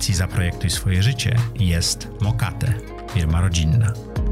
audycji Zaprojektuj swoje życie jest Mokate, firma rodzinna.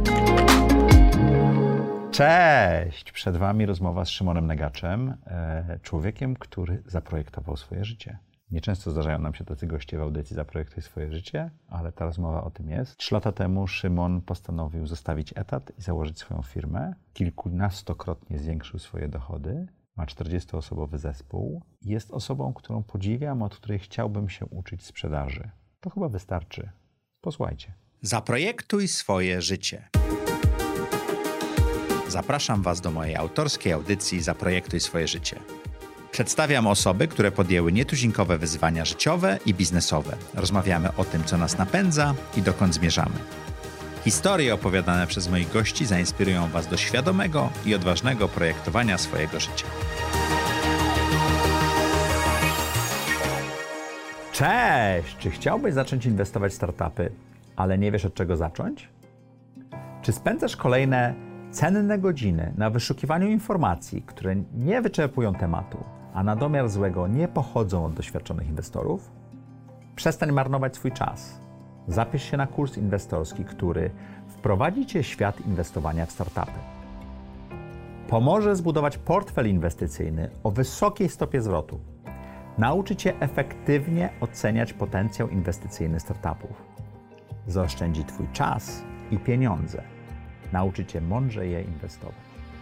Cześć! Przed Wami rozmowa z Szymonem Negaczem, człowiekiem, który zaprojektował swoje życie. Nieczęsto zdarzają nam się tacy goście w audycji Zaprojektuj swoje życie, ale ta rozmowa o tym jest. 3 lata temu Szymon postanowił zostawić etat i założyć swoją firmę. Kilkunastokrotnie zwiększył swoje dochody. Ma 40-osobowy zespół. Jest osobą, którą podziwiam, od której chciałbym się uczyć sprzedaży. To chyba wystarczy. Posłuchajcie. Zaprojektuj swoje życie. Zapraszam Was do mojej autorskiej audycji Zaprojektuj swoje życie. Przedstawiam osoby, które podjęły nietuzinkowe wyzwania życiowe i biznesowe. Rozmawiamy o tym, co nas napędza i dokąd zmierzamy. Historie opowiadane przez moich gości zainspirują Was do świadomego i odważnego projektowania swojego życia. Cześć! Czy chciałbyś zacząć inwestować w startupy, ale nie wiesz, od czego zacząć? Czy spędzasz kolejne cenne godziny na wyszukiwaniu informacji, które nie wyczerpują tematu, a na domiar złego nie pochodzą od doświadczonych inwestorów? Przestań marnować swój czas. Zapisz się na kurs inwestorski, który wprowadzi Cię w świat inwestowania w startupy. Pomoże zbudować portfel inwestycyjny o wysokiej stopie zwrotu. Nauczy Cię efektywnie oceniać potencjał inwestycyjny startupów. Zaoszczędzi Twój czas i pieniądze. Nauczy Cię mądrze je inwestować.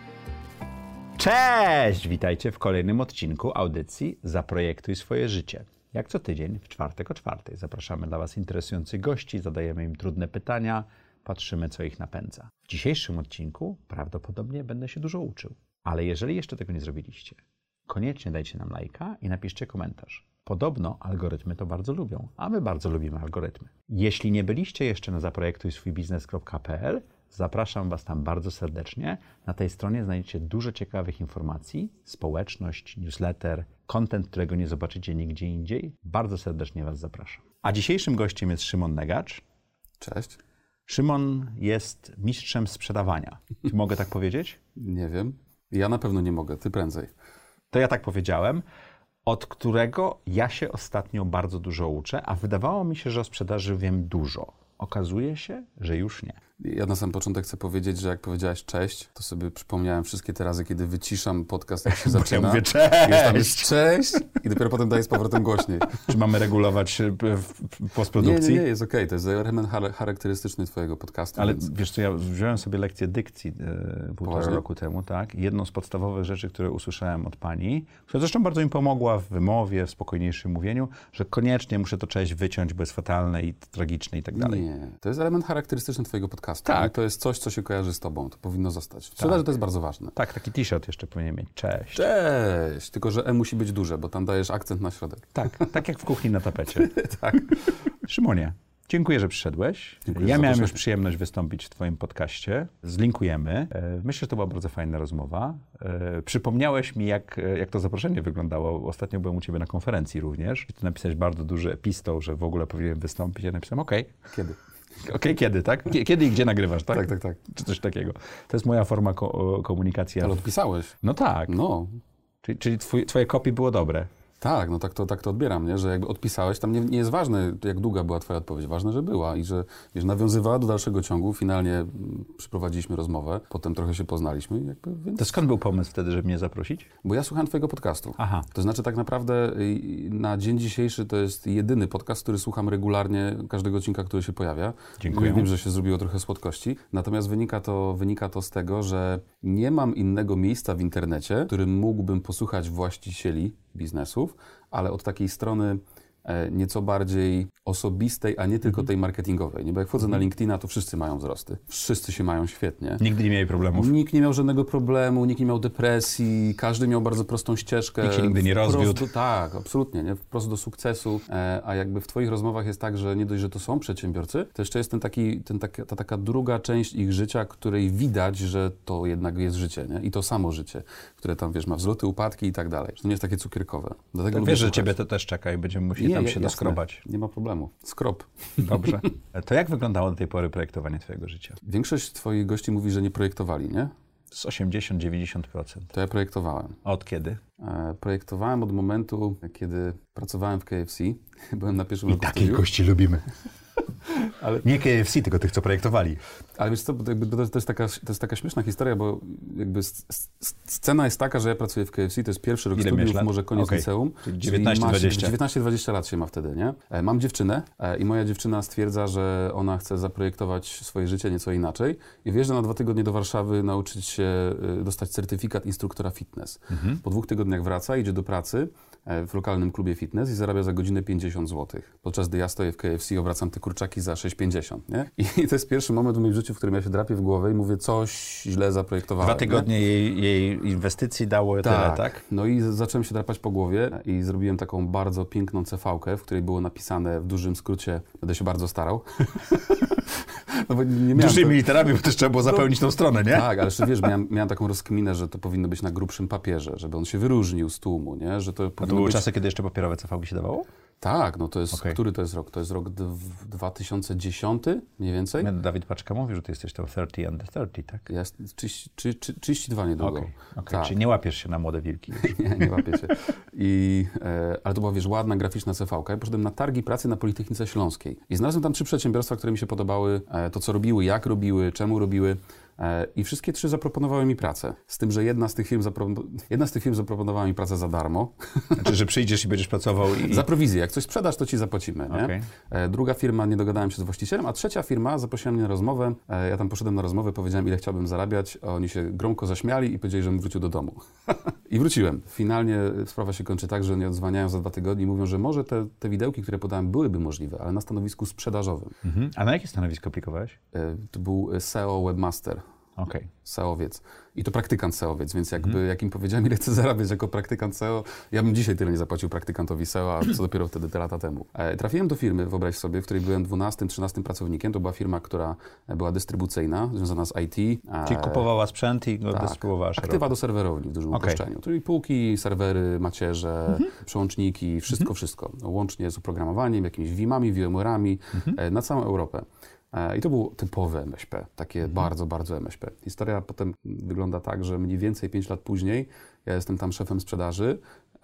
Cześć! Witajcie w kolejnym odcinku audycji Zaprojektuj swoje życie. Jak co tydzień, w czwartek o 4:00 zapraszamy dla Was interesujących gości, zadajemy im trudne pytania, patrzymy, co ich napędza. W dzisiejszym odcinku prawdopodobnie będę się dużo uczył, ale jeżeli jeszcze tego nie zrobiliście, koniecznie dajcie nam lajka i napiszcie komentarz. Podobno algorytmy to bardzo lubią, a my bardzo lubimy algorytmy. Jeśli nie byliście jeszcze na zaprojektujswójbiznes.pl, zapraszam Was tam bardzo serdecznie. Na tej stronie znajdziecie dużo ciekawych informacji, społeczność, newsletter, content, którego nie zobaczycie nigdzie indziej. Bardzo serdecznie Was zapraszam. A dzisiejszym gościem jest Szymon Negacz. Cześć. Szymon jest mistrzem sprzedawania. Czy mogę tak powiedzieć? Nie wiem. Ja na pewno nie mogę, ty prędzej. To ja tak powiedziałem, od którego ja się ostatnio bardzo dużo uczę, a wydawało mi się, że o sprzedaży wiem dużo. Okazuje się, że już nie. Ja na sam początek chcę powiedzieć, że jak powiedziałeś cześć, to sobie przypomniałem wszystkie te razy, kiedy wyciszam podcast, jak się zaczyna. Ja mówię cześć! Jest tam jest cześć i dopiero potem daję z powrotem głośniej. Czy mamy regulować w postprodukcji? Nie, jest okej. To jest element charakterystyczny twojego podcastu. Ale więc... wiesz co, ja wziąłem sobie lekcję dykcji 1,5 roku temu, tak? Jedną z podstawowych rzeczy, które usłyszałem od pani, która zresztą bardzo mi pomogła w wymowie, w spokojniejszym mówieniu, że koniecznie muszę to cześć wyciąć, bo jest fatalne i tragiczne i tak dalej. Nie, to jest element charakterystyczny twojego podcastu. Tak. To jest coś, co się kojarzy z tobą. To powinno zostać. W sprzedaży to jest bardzo ważne. Tak, taki t-shirt jeszcze powinien mieć. Cześć. Cześć! Tylko, że musi być duże, bo tam dajesz akcent na środek. Tak jak w kuchni na tapecie. Tak. Szymonie, dziękuję, że przyszedłeś. Dziękuję, ja że miałem zapraszam. już przyjemność wystąpić w Twoim podcaście. Zlinkujemy. Myślę, że to była bardzo fajna rozmowa. Przypomniałeś mi, jak to zaproszenie wyglądało. Ostatnio byłem u Ciebie na konferencji również. Ty napisałeś bardzo duży epistol, że w ogóle powinienem wystąpić. Ja napisałem okej. Kiedy? Okej, kiedy, tak? Kiedy i gdzie nagrywasz, tak? Tak. Czy coś takiego. To jest moja forma komunikacji. Ale odpisałeś. No tak. No. Czyli twoje kopie było dobre. Tak, no tak to odbieram, nie? Że jakby odpisałeś, tam nie jest ważne, jak długa była twoja odpowiedź, ważne, że była i że wiesz, nawiązywała do dalszego ciągu, finalnie przeprowadziliśmy rozmowę, potem trochę się poznaliśmy i jakby, więc... To skąd był pomysł wtedy, żeby mnie zaprosić? Bo ja słuchałem twojego podcastu. Aha. To znaczy tak naprawdę na dzień dzisiejszy to jest jedyny podcast, który słucham regularnie każdego odcinka, który się pojawia. Dziękuję. Wiem, że się zrobiło trochę słodkości, natomiast wynika to z tego, że nie mam innego miejsca w internecie, w którym mógłbym posłuchać właścicieli biznesów, ale od takiej strony nieco bardziej osobistej, a nie tylko tej marketingowej. Nie? Bo jak wchodzę na LinkedIna, to wszyscy mają wzrosty. Wszyscy się mają świetnie. Nigdy nie mieli problemów. Nikt nie miał żadnego problemu, nikt nie miał depresji, każdy miał bardzo prostą ścieżkę. Nikt się nigdy nie rozwiódł. Tak, absolutnie, nie? Wprost do sukcesu. A jakby w twoich rozmowach jest tak, że nie dość, że to są przedsiębiorcy, to jeszcze jest ta taka druga część ich życia, której widać, że to jednak jest życie, nie? I to samo życie, które tam, wiesz, ma wzloty, upadki i tak dalej. Że to nie jest takie cukierkowe. Dlatego Tak wiesz, że ciebie to też czeka i będziemy musieli tam się doskrobać. Nie ma problemu. Skrop. Dobrze. To jak wyglądało do tej pory projektowanie twojego życia? Większość twoich gości mówi, że nie projektowali, nie? Z 80-90%. To ja projektowałem. A od kiedy? Projektowałem od momentu, kiedy pracowałem w KFC. Byłem na pierwszym roku takich studiów. gości lubimy. Ale nie KFC, tylko tych, co projektowali. Ale wiesz co, to jest taka śmieszna historia, bo jakby scena jest taka, że ja pracuję w KFC, to jest pierwszy rok studiów, może koniec liceum. 19-20. 19-20 lat się ma wtedy, nie? Mam dziewczynę i moja dziewczyna stwierdza, że ona chce zaprojektować swoje życie nieco inaczej i wyjeżdża na 2 tygodnie do Warszawy nauczyć się dostać certyfikat instruktora fitness. Po 2 tygodniach wraca, idzie do pracy w lokalnym klubie fitness i zarabia za godzinę 50 zł. Podczas gdy ja stoję w KFC i obracam te kurczaki za 6,50, nie? I to jest pierwszy moment w moim życiu, w którym ja się drapię w głowę i mówię, coś źle zaprojektowałem. 2 tygodnie jej inwestycji dało tyle, tak? No i zacząłem się drapać po głowie i zrobiłem taką bardzo piękną CV-kę, w której było napisane w dużym skrócie, będę się bardzo starał. No bo nie dużymi literami, bo też trzeba było zapełnić tą stronę, nie? Tak, ale jeszcze wiesz, miałem taką rozkminę, że to powinno być na grubszym papierze, żeby on się wyróżnił z tłumu, nie? Że to A to były czasy, kiedy jeszcze papierowe CV się dawało? Tak, no to jest, który to jest rok? To jest rok 2010 mniej więcej? Dawid Paczka mówi, że ty jesteś tam 30 under 30, tak? Jest 32 niedługo. Tak. Czyli nie łapiesz się na młode wilki już. nie łapię się. Ale to była, wiesz, ładna, graficzna CV-ka. Ja poszedłem na targi pracy na Politechnice Śląskiej. I znalazłem tam 3 przedsiębiorstwa, które mi się podobały, to co robiły, jak robiły, czemu robiły. I wszystkie 3 zaproponowały mi pracę. Z tym, że jedna z tych firm zaproponowała mi pracę za darmo. Znaczy, że przyjdziesz i będziesz pracował i... Za prowizję. Jak coś sprzedasz, to ci zapłacimy. Nie? Druga firma, nie dogadałem się z właścicielem, a trzecia firma zaprosiła mnie na rozmowę. Ja tam poszedłem na rozmowę, powiedziałem, ile chciałbym zarabiać. Oni się gromko zaśmiali i powiedzieli, żebym wrócił do domu. I wróciłem. Finalnie sprawa się kończy tak, że nie odzwaniają za 2 tygodnie i mówią, że może te widełki, które podałem, byłyby możliwe, ale na stanowisku sprzedażowym. A na jakie stanowisko aplikowałeś? To był SEO Webmaster. SEO-wiec. I to praktykant SEO-wiec, więc jakby jak im powiedziałem, ile chcę zarabiać jako praktykant SEO, ja bym dzisiaj tyle nie zapłacił praktykantowi SEO, a co dopiero wtedy te lata temu. Trafiłem do firmy, wyobraź sobie, w której byłem 12-13 pracownikiem. To była firma, która była dystrybucyjna, związana z IT. Czyli kupowała sprzęt i go dystrybuowała szeroko. Aktywa do serwerowni w dużym uproszczeniu. Czyli półki, serwery, macierze, przełączniki, wszystko. Łącznie z oprogramowaniem, jakimiś VIM-ami, VMware-ami na całą Europę. I to było typowe MŚP, takie bardzo, bardzo MŚP. Historia potem wygląda tak, że mniej więcej 5 lat później ja jestem tam szefem sprzedaży,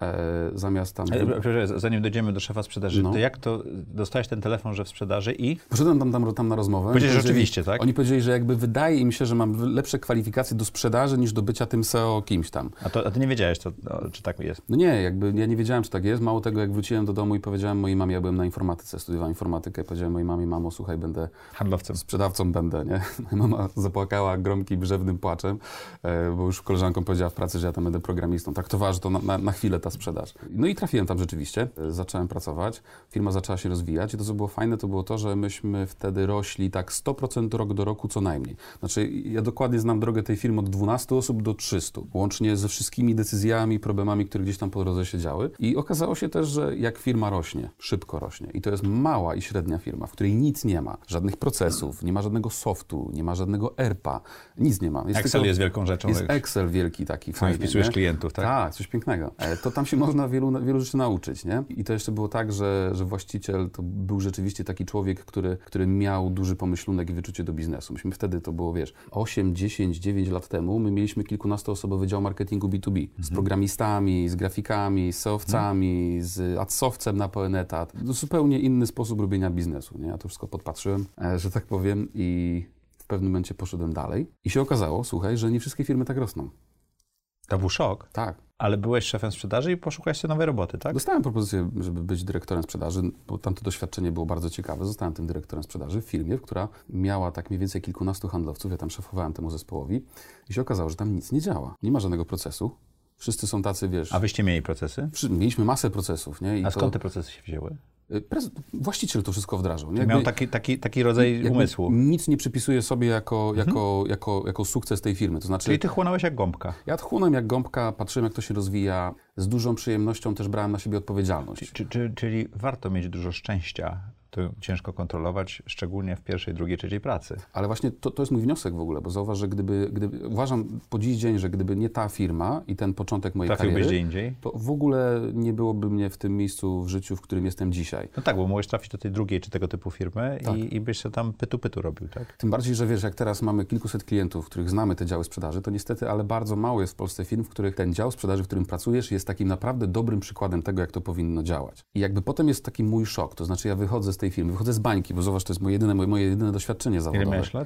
zamiast tam... Zanim dojdziemy do szefa sprzedaży, to jak to dostałeś ten telefon, że w sprzedaży i... Poszedłem tam na rozmowę. Powiedzieli, że oczywiście, tak? Oni powiedzieli, że jakby wydaje im się, że mam lepsze kwalifikacje do sprzedaży niż do bycia tym SEO kimś tam. A ty nie wiedziałeś, czy tak jest? No nie, jakby ja nie wiedziałem, czy tak jest. Mało tego, jak wróciłem do domu i powiedziałem mojej mamie, ja byłem na informatyce, studiowałem informatykę, powiedziałem mojej mamie, mamo, słuchaj, będę... handlowcem. Sprzedawcą będę, nie? Moja mama zapłakała gromkim, brzewnym płaczem, bo już koleżankom powiedziała w pracy, że ja tam będę programistą. Traktowała, że to na chwilę ta sprzedaż. No i trafiłem tam rzeczywiście, zacząłem pracować, firma zaczęła się rozwijać i to, co było fajne, to było to, że myśmy wtedy rośli tak 100% rok do roku co najmniej. Znaczy, ja dokładnie znam drogę tej firmy od 12 osób do 300, łącznie ze wszystkimi decyzjami, problemami, które gdzieś tam po drodze się działy. I okazało się też, że jak firma rośnie, szybko rośnie i to jest mała i średnia firma, w której nic nie ma, żadnych procesów, nie ma żadnego softu, nie ma żadnego ERP-a, nic nie ma. Excel jest wielką rzeczą. Jest Excel wielki taki fajny. Wpisujesz klientów, tak? Tak, coś pięknego. To tam się można wielu rzeczy nauczyć, nie? I to jeszcze było tak, że właściciel to był rzeczywiście taki człowiek, który miał duży pomyślunek i wyczucie do biznesu. Myśmy wtedy, to było, 8, 10, 9 lat temu, my mieliśmy kilkunastoosobowy dział marketingu B2B. Z programistami, z grafikami, z SEO-wcami, z adsowcem na pełen etat. To zupełnie inny sposób robienia biznesu, nie? Ja to wszystko podpatrzyłem, że tak powiem, i w pewnym momencie poszedłem dalej. I się okazało, słuchaj, że nie wszystkie firmy tak rosną. To był szok. Tak. Ale byłeś szefem sprzedaży i poszukałeś sobie nowej roboty, tak? Dostałem propozycję, żeby być dyrektorem sprzedaży, bo tamto doświadczenie było bardzo ciekawe. Zostałem tym dyrektorem sprzedaży w firmie, która miała tak mniej więcej kilkunastu handlowców. Ja tam szefowałem temu zespołowi i się okazało, że tam nic nie działa. Nie ma żadnego procesu. Wszyscy są tacy, A wyście mieli procesy? Mieliśmy masę procesów, nie? A skąd te procesy się wzięły? Właściciel to wszystko wdrażał. Nie? Miał taki rodzaj umysłu. Nic nie przypisuje sobie jako sukces tej firmy. To znaczy, czyli ty chłonąłeś jak gąbka. Ja chłonąłem jak gąbka, patrzyłem, jak to się rozwija. Z dużą przyjemnością też brałem na siebie odpowiedzialność. Czyli warto mieć dużo szczęścia, to ciężko kontrolować, szczególnie w pierwszej, drugiej, trzeciej pracy. Ale właśnie to jest mój wniosek w ogóle, bo zauważ, że uważam po dziś dzień, że gdyby nie ta firma i ten początek mojej kariery, gdzie indziej? to w ogóle nie byłoby mnie w tym miejscu w życiu, w którym jestem dzisiaj. No tak, bo mogłeś trafić do tej drugiej czy tego typu firmy tak. i byś się tam pytu robił, tak? Tym bardziej, że wiesz, jak teraz mamy kilkuset klientów, których znamy te działy sprzedaży, to niestety, ale bardzo mało jest w Polsce firm, w których ten dział sprzedaży, w którym pracujesz, jest takim naprawdę dobrym przykładem tego, jak to powinno działać. I jakby potem jest taki mój szok, to znaczy ja wychodzę z tej firmy, wychodzę z bańki, bo zobacz, to jest moje jedyne doświadczenie zawodowe. Ile miałeś lat?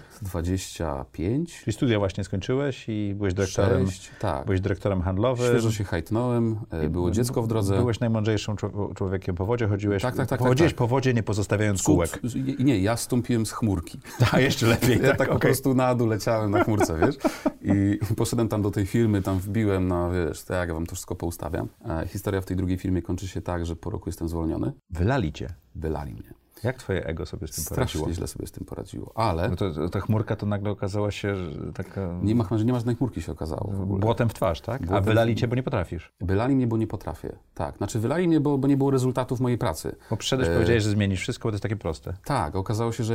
25. Czyli studia właśnie skończyłeś i byłeś dyrektorem, 6, tak. Byłeś dyrektorem handlowym. Świeżo się hajtnąłem, było dziecko w drodze. Byłeś najmądrzejszym człowiekiem po wodzie, chodziłeś, tak. chodziłeś po wodzie, nie pozostawiając kółek. Nie, ja stąpiłem z chmurki. A jeszcze lepiej. Ja tak po prostu na dół leciałem na chmurce, wiesz? I poszedłem tam do tej firmy, tam wbiłem, wiesz, tak, ja wam to wszystko poustawiam. Historia w tej drugiej firmie kończy się tak, że po roku jestem zwolniony. Wylali cię. Wylali mnie. Jak twoje ego sobie z tym poradziło? Strasznie źle sobie z tym poradziło, ale... No to ta chmurka to nagle okazała się, że taka... Nie ma żadnej chmurki się okazało w ogóle. Błotem w twarz, tak? A wylali cię, bo nie potrafisz. Wylali mnie, bo nie potrafię. Tak, znaczy wylali mnie, bo nie było rezultatów mojej pracy. Bo przyszedłeś, powiedziałeś, że zmienisz wszystko, bo to jest takie proste. Tak, okazało się,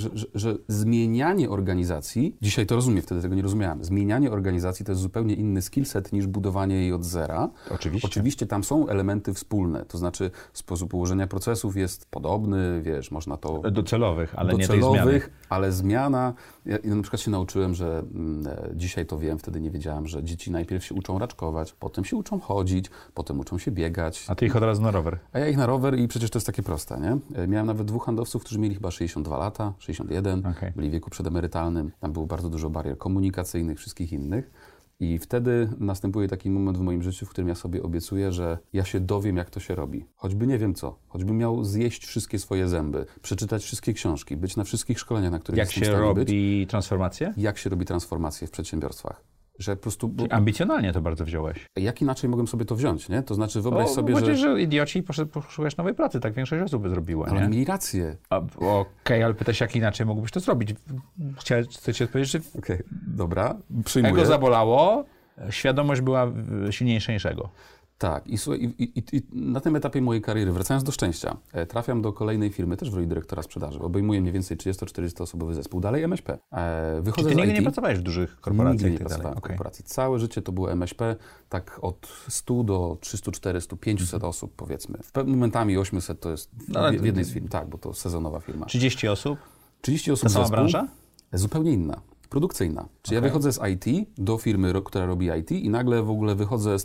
że zmienianie organizacji, dzisiaj to rozumiem, wtedy tego nie rozumiałem, zmienianie organizacji to jest zupełnie inny skillset niż budowanie jej od zera. Oczywiście tam są elementy wspólne, to znaczy sposób ułożenia procesów jest podobny, wiesz, można to... Docelowych, ale nie tej zmiany. Ale zmiana... Ja na przykład się nauczyłem, że dzisiaj to wiem, wtedy nie wiedziałem, że dzieci najpierw się uczą raczkować, potem się uczą chodzić, potem uczą się biegać. A ty ich od razu na rower. A ja ich na rower i przecież to jest takie proste, nie? Miałem nawet 2 handlowców, którzy mieli chyba 62 lata, 61, byli w wieku przedemerytalnym. Tam było bardzo dużo barier komunikacyjnych, wszystkich innych. I wtedy następuje taki moment w moim życiu, w którym ja sobie obiecuję, że ja się dowiem, jak to się robi. Choćby nie wiem co. Choćbym miał zjeść wszystkie swoje zęby, przeczytać wszystkie książki, być na wszystkich szkoleniach, na których jestem w stanie być. Jak się robi transformację? Jak się robi transformację w przedsiębiorstwach. Że po prostu... Czyli ambicjonalnie to bardzo wziąłeś. Jak inaczej mogłem sobie to wziąć, nie? To znaczy wyobraź sobie, że idioci poszukujesz nowej pracy, tak większość osób by zrobiła, ale nie? mieli rację. Okej, ale pytasz, jak inaczej mógłbyś to zrobić? Chcę ci odpowiedzieć, że... Okej, dobra, przyjmuję. Ego zabolało, świadomość była silniejsza niż ego. Tak, i na tym etapie mojej kariery, wracając do szczęścia, trafiam do kolejnej firmy, też w roli dyrektora sprzedaży. Obejmuję mniej więcej 30-40 osobowy zespół, dalej MŚP. Wychodzę Czy ty z nigdy IT. nie pracowałeś w dużych korporacjach? Nigdy nie pracowałem w korporacji. Całe życie to było MŚP, tak od 100 do 300, 400, 500 osób powiedzmy. Momentami 800 to jest w jednej z firm, tak, bo to sezonowa firma. 30 osób? 30 osób Ta sama zespół, branża? Zupełnie inna. Produkcyjna. Czyli ja wychodzę z IT do firmy, która robi IT i nagle w ogóle wychodzę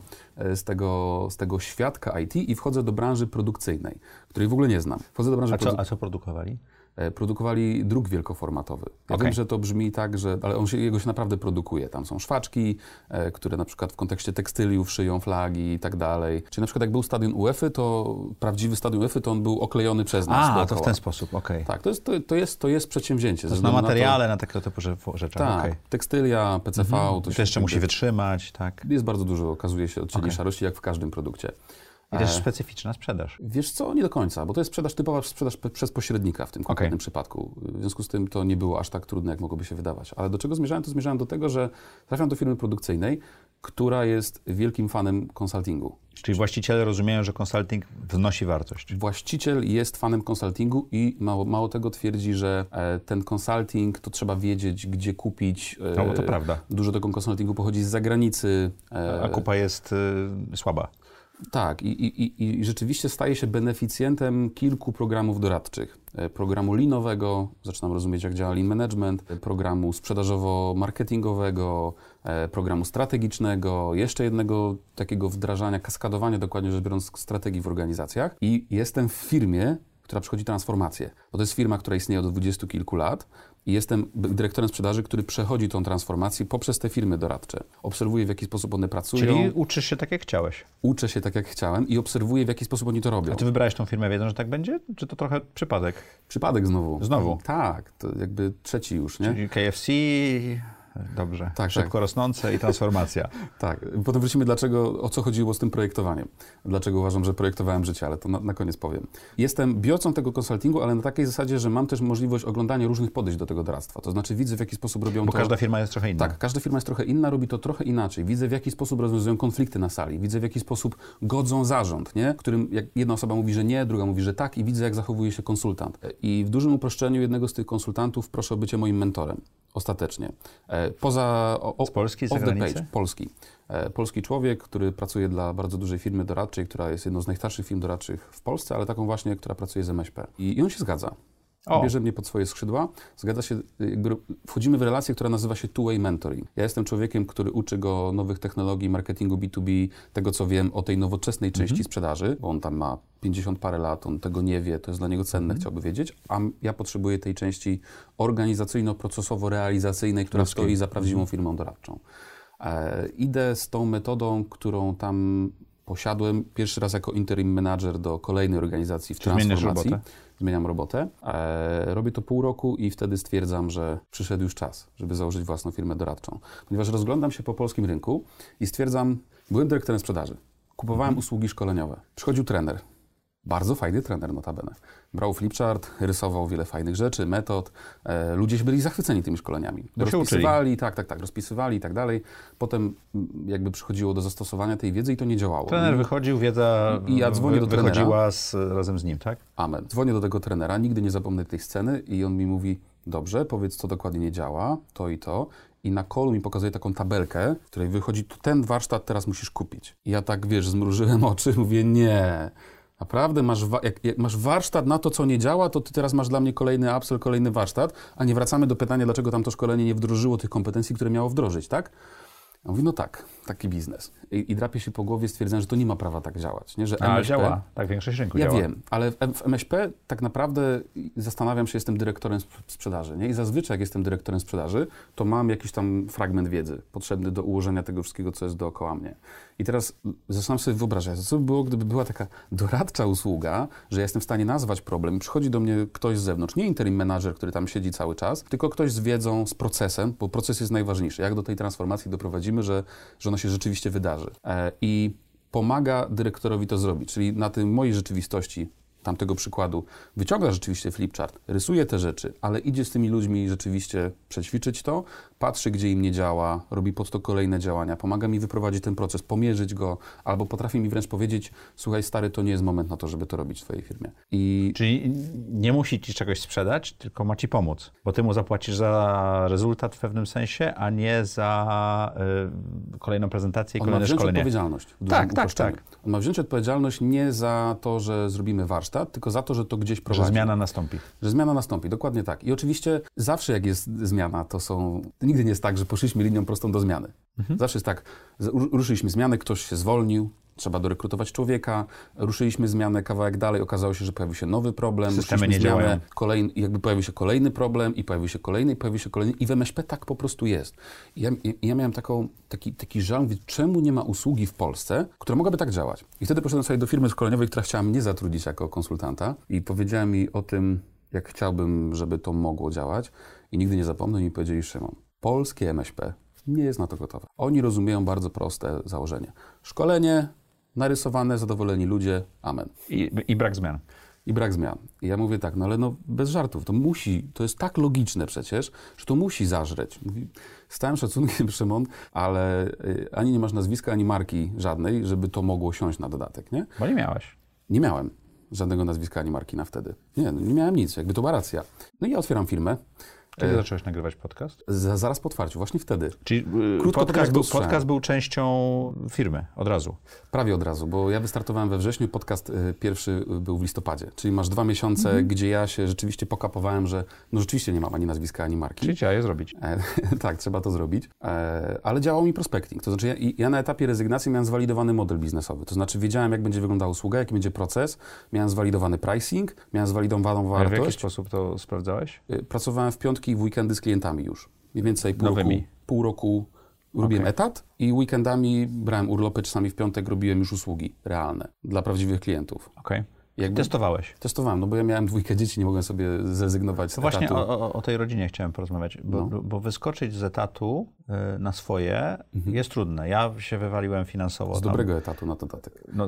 z tego świadka IT i wchodzę do branży produkcyjnej, której w ogóle nie znam. Wchodzę do branży A co produkowali? Produkowali druk wielkoformatowy. Ja wiem, że to brzmi tak, ale jego się naprawdę produkuje. Tam są szwaczki, które na przykład w kontekście tekstyliów szyją flagi i tak dalej. Czyli na przykład jak był stadion UEFA, to prawdziwy stadion UEFA, to on był oklejony przez nas dookoła. To w ten sposób, okej. Tak, to jest przedsięwzięcie. To jest na materiale, na tego typu rzeczach. Tak, tekstylia, PCV. To jeszcze musi wytrzymać, tak. Jest bardzo dużo, okazuje się, odcieni szarości, jak w każdym produkcie. I też specyficzna sprzedaż. Wiesz co, nie do końca, bo to jest typowa sprzedaż przez pośrednika w tym konkretnym przypadku. W związku z tym to nie było aż tak trudne, jak mogłoby się wydawać. Ale do czego zmierzałem? To zmierzałem do tego, że trafiam do firmy produkcyjnej, która jest wielkim fanem konsultingu. Czyli właściciele rozumieją, że konsulting wnosi wartość. Właściciel jest fanem konsultingu i mało tego twierdzi, że ten konsulting to trzeba wiedzieć, gdzie kupić. No bo to prawda. Dużo tego konsultingu pochodzi z zagranicy. A kupa jest słaba. Tak, i rzeczywiście staje się beneficjentem kilku programów doradczych. Programu leanowego, zaczynam rozumieć, jak działa lean management, programu sprzedażowo-marketingowego, programu strategicznego, jeszcze jednego takiego wdrażania, kaskadowania, dokładnie rzecz biorąc, strategii w organizacjach. I jestem w firmie, która przechodzi transformację. Bo to jest firma, która istnieje od 20 kilku lat i jestem dyrektorem sprzedaży, który przechodzi tą transformację poprzez te firmy doradcze. Obserwuję, w jaki sposób one pracują. Czyli uczysz się tak, jak chciałeś. Uczę się tak, jak chciałem i obserwuję, w jaki sposób oni to robią. A ty wybrałeś tą firmę wiedząc, że tak będzie? Czy to trochę przypadek? Przypadek znowu. Znowu? Tak, to jakby trzeci już, nie? Czyli KFC, Dobrze. Tak, Szybko rosnące i transformacja. Tak. Potem wrócimy, o co chodziło z tym projektowaniem. Dlaczego uważam, że projektowałem życie, ale to na koniec powiem. Jestem biorcą tego konsultingu, ale na takiej zasadzie, że mam też możliwość oglądania różnych podejść do tego doradztwa. To znaczy widzę, w jaki sposób robią Bo to... każda firma jest trochę inna. Tak, każda firma jest trochę inna, robi to trochę inaczej. Widzę, w jaki sposób rozwiązują konflikty na sali. Widzę, w jaki sposób godzą zarząd, nie? Którym jak jedna osoba mówi, że nie, druga mówi, że tak i widzę, jak zachowuje się konsultant. I w dużym uproszczeniu jednego z tych konsultantów proszę o bycie moim mentorem. Ostatecznie. Z Polski, z zagranicy? Polski. Polski człowiek, który pracuje dla bardzo dużej firmy doradczej, która jest jedną z najstarszych firm doradczych w Polsce, ale taką właśnie, która pracuje z MŚP. I on się zgadza. Bierze mnie pod swoje skrzydła, zgadza się, wchodzimy w relację, która nazywa się two-way mentoring. Ja jestem człowiekiem, który uczy go nowych technologii, marketingu B2B, tego co wiem o tej nowoczesnej części sprzedaży, bo on tam ma 50 parę lat, on tego nie wie, to jest dla niego cenne, chciałby wiedzieć, a ja potrzebuję tej części organizacyjno-procesowo-realizacyjnej, która stoi za prawdziwą firmą doradczą. Idę z tą metodą, którą tam posiadłem pierwszy raz jako interim manager do kolejnej organizacji w transformacji. Zmieniam robotę. Robię to pół roku i wtedy stwierdzam, że przyszedł już czas, żeby założyć własną firmę doradczą. Ponieważ rozglądam się po polskim rynku i stwierdzam, byłem dyrektorem sprzedaży, kupowałem usługi szkoleniowe. Przychodził trener, bardzo fajny trener notabene. Brał flipchart, rysował wiele fajnych rzeczy, metod. Ludzie byli zachwyceni tymi szkoleniami. Rozpisywali, rozpisywali i tak dalej. Potem jakby przychodziło do zastosowania tej wiedzy i to nie działało. Trener wychodził, wiedza I ja dzwonię do wychodziła razem z nim, tak? Amen. Dzwonię do tego trenera, nigdy nie zapomnę tej sceny i on mi mówi, dobrze, powiedz co dokładnie nie działa, to i to. I na callu mi pokazuje taką tabelkę, w której wychodzi, ten warsztat teraz musisz kupić. I ja tak, wiesz, zmrużyłem oczy, mówię, nie. Naprawdę, jak masz warsztat na to, co nie działa, to ty teraz masz dla mnie kolejny upsell, kolejny warsztat, a nie wracamy do pytania, dlaczego tam to szkolenie nie wdrożyło tych kompetencji, które miało wdrożyć, tak? Ja mówię, no tak, taki biznes. I drapie się po głowie, stwierdzam, że to nie ma prawa tak działać. Nie? Że MŚP, działa, tak większość rynku działa. Ja wiem, ale w MŚP tak naprawdę zastanawiam się, jestem dyrektorem sprzedaży. Nie? I zazwyczaj jak jestem dyrektorem sprzedaży, to mam jakiś tam fragment wiedzy potrzebny do ułożenia tego wszystkiego, co jest dookoła mnie. I teraz zaczynam sobie wyobrażać, co by było, gdyby była taka doradcza usługa, że ja jestem w stanie nazwać problem, przychodzi do mnie ktoś z zewnątrz, nie interim manager, który tam siedzi cały czas, tylko ktoś z wiedzą, z procesem, bo proces jest najważniejszy. Jak do tej transformacji doprowadzimy, że ona się rzeczywiście wydarzy. I pomaga dyrektorowi to zrobić, czyli na tej mojej rzeczywistości, tamtego przykładu, wyciąga rzeczywiście flipchart, rysuje te rzeczy, ale idzie z tymi ludźmi rzeczywiście przećwiczyć to, patrzy, gdzie im nie działa, robi pod to kolejne działania, pomaga mi wyprowadzić ten proces, pomierzyć go, albo potrafi mi wręcz powiedzieć, słuchaj stary, to nie jest moment na to, żeby to robić w twojej firmie. Czyli nie musi ci czegoś sprzedać, tylko ma ci pomóc, bo ty mu zapłacisz za rezultat w pewnym sensie, a nie za kolejną prezentację i kolejne szkolenie. On ma wziąć odpowiedzialność. Tak. On ma wziąć odpowiedzialność nie za to, że zrobimy warsztat, tylko za to, że to gdzieś prowadzi. Że zmiana nastąpi. Że zmiana nastąpi, dokładnie tak. I oczywiście zawsze jak jest zmiana, to nigdy nie jest tak, że poszliśmy linią prostą do zmiany. Zawsze jest tak, ruszyliśmy zmianę, ktoś się zwolnił, trzeba dorekrutować człowieka, ruszyliśmy zmianę, kawałek dalej, okazało się, że pojawił się nowy problem, systemy nie działają. Jakby pojawił się kolejny problem i pojawił się kolejny i w MŚP tak po prostu jest. I ja miałem taki żal, mówię, czemu nie ma usługi w Polsce, która mogłaby tak działać. I wtedy poszedłem sobie do firmy szkoleniowej, która chciała mnie zatrudnić jako konsultanta i powiedziała mi o tym, jak chciałbym, żeby to mogło działać i nigdy nie zapomnę, i mi powiedzieli, Szymon, polskie MŚP nie jest na to gotowe. Oni rozumieją bardzo proste założenie. Szkolenie, narysowane, zadowoleni ludzie, amen. I brak zmian. I brak zmian. I ja mówię tak, ale bez żartów, to jest tak logiczne przecież, że to musi zażreć. Mówi, z całym szacunkiem, Szymon, ale ani nie masz nazwiska, ani marki żadnej, żeby to mogło siąść na dodatek, nie? Bo nie miałeś. Nie miałem żadnego nazwiska, ani marki na wtedy. Nie miałem nic, jakby to była racja. No i ja otwieram firmę. Kiedy zacząłeś nagrywać podcast? Zaraz po otwarciu, właśnie wtedy. Czyli podcast był częścią firmy od razu? Prawie od razu, bo ja wystartowałem we wrześniu, podcast pierwszy był w listopadzie. Czyli masz 2 miesiące, gdzie ja się rzeczywiście pokapowałem, że rzeczywiście nie mam ani nazwiska, ani marki. Czyli trzeba je zrobić. Tak, trzeba to zrobić. Ale działał mi prospecting. To znaczy ja na etapie rezygnacji miałem zwalidowany model biznesowy. To znaczy wiedziałem, jak będzie wyglądała usługa, jaki będzie proces. Miałem zwalidowany pricing, miałem zwalidowaną wartość. A w jaki sposób to sprawdzałeś? Pracowałem w piątki i w weekendy z klientami już. Mniej więcej Nowymi. Pół roku robiłem etat i weekendami brałem urlopy, czasami w piątek robiłem już usługi realne dla prawdziwych klientów. Testowałeś? Testowałem, no bo ja miałem 2 dzieci, nie mogłem sobie zrezygnować z Właśnie etatu. o tej rodzinie chciałem porozmawiać, bo wyskoczyć z etatu na swoje jest trudne. Ja się wywaliłem finansowo. Z dobrego etatu na dodatek. No,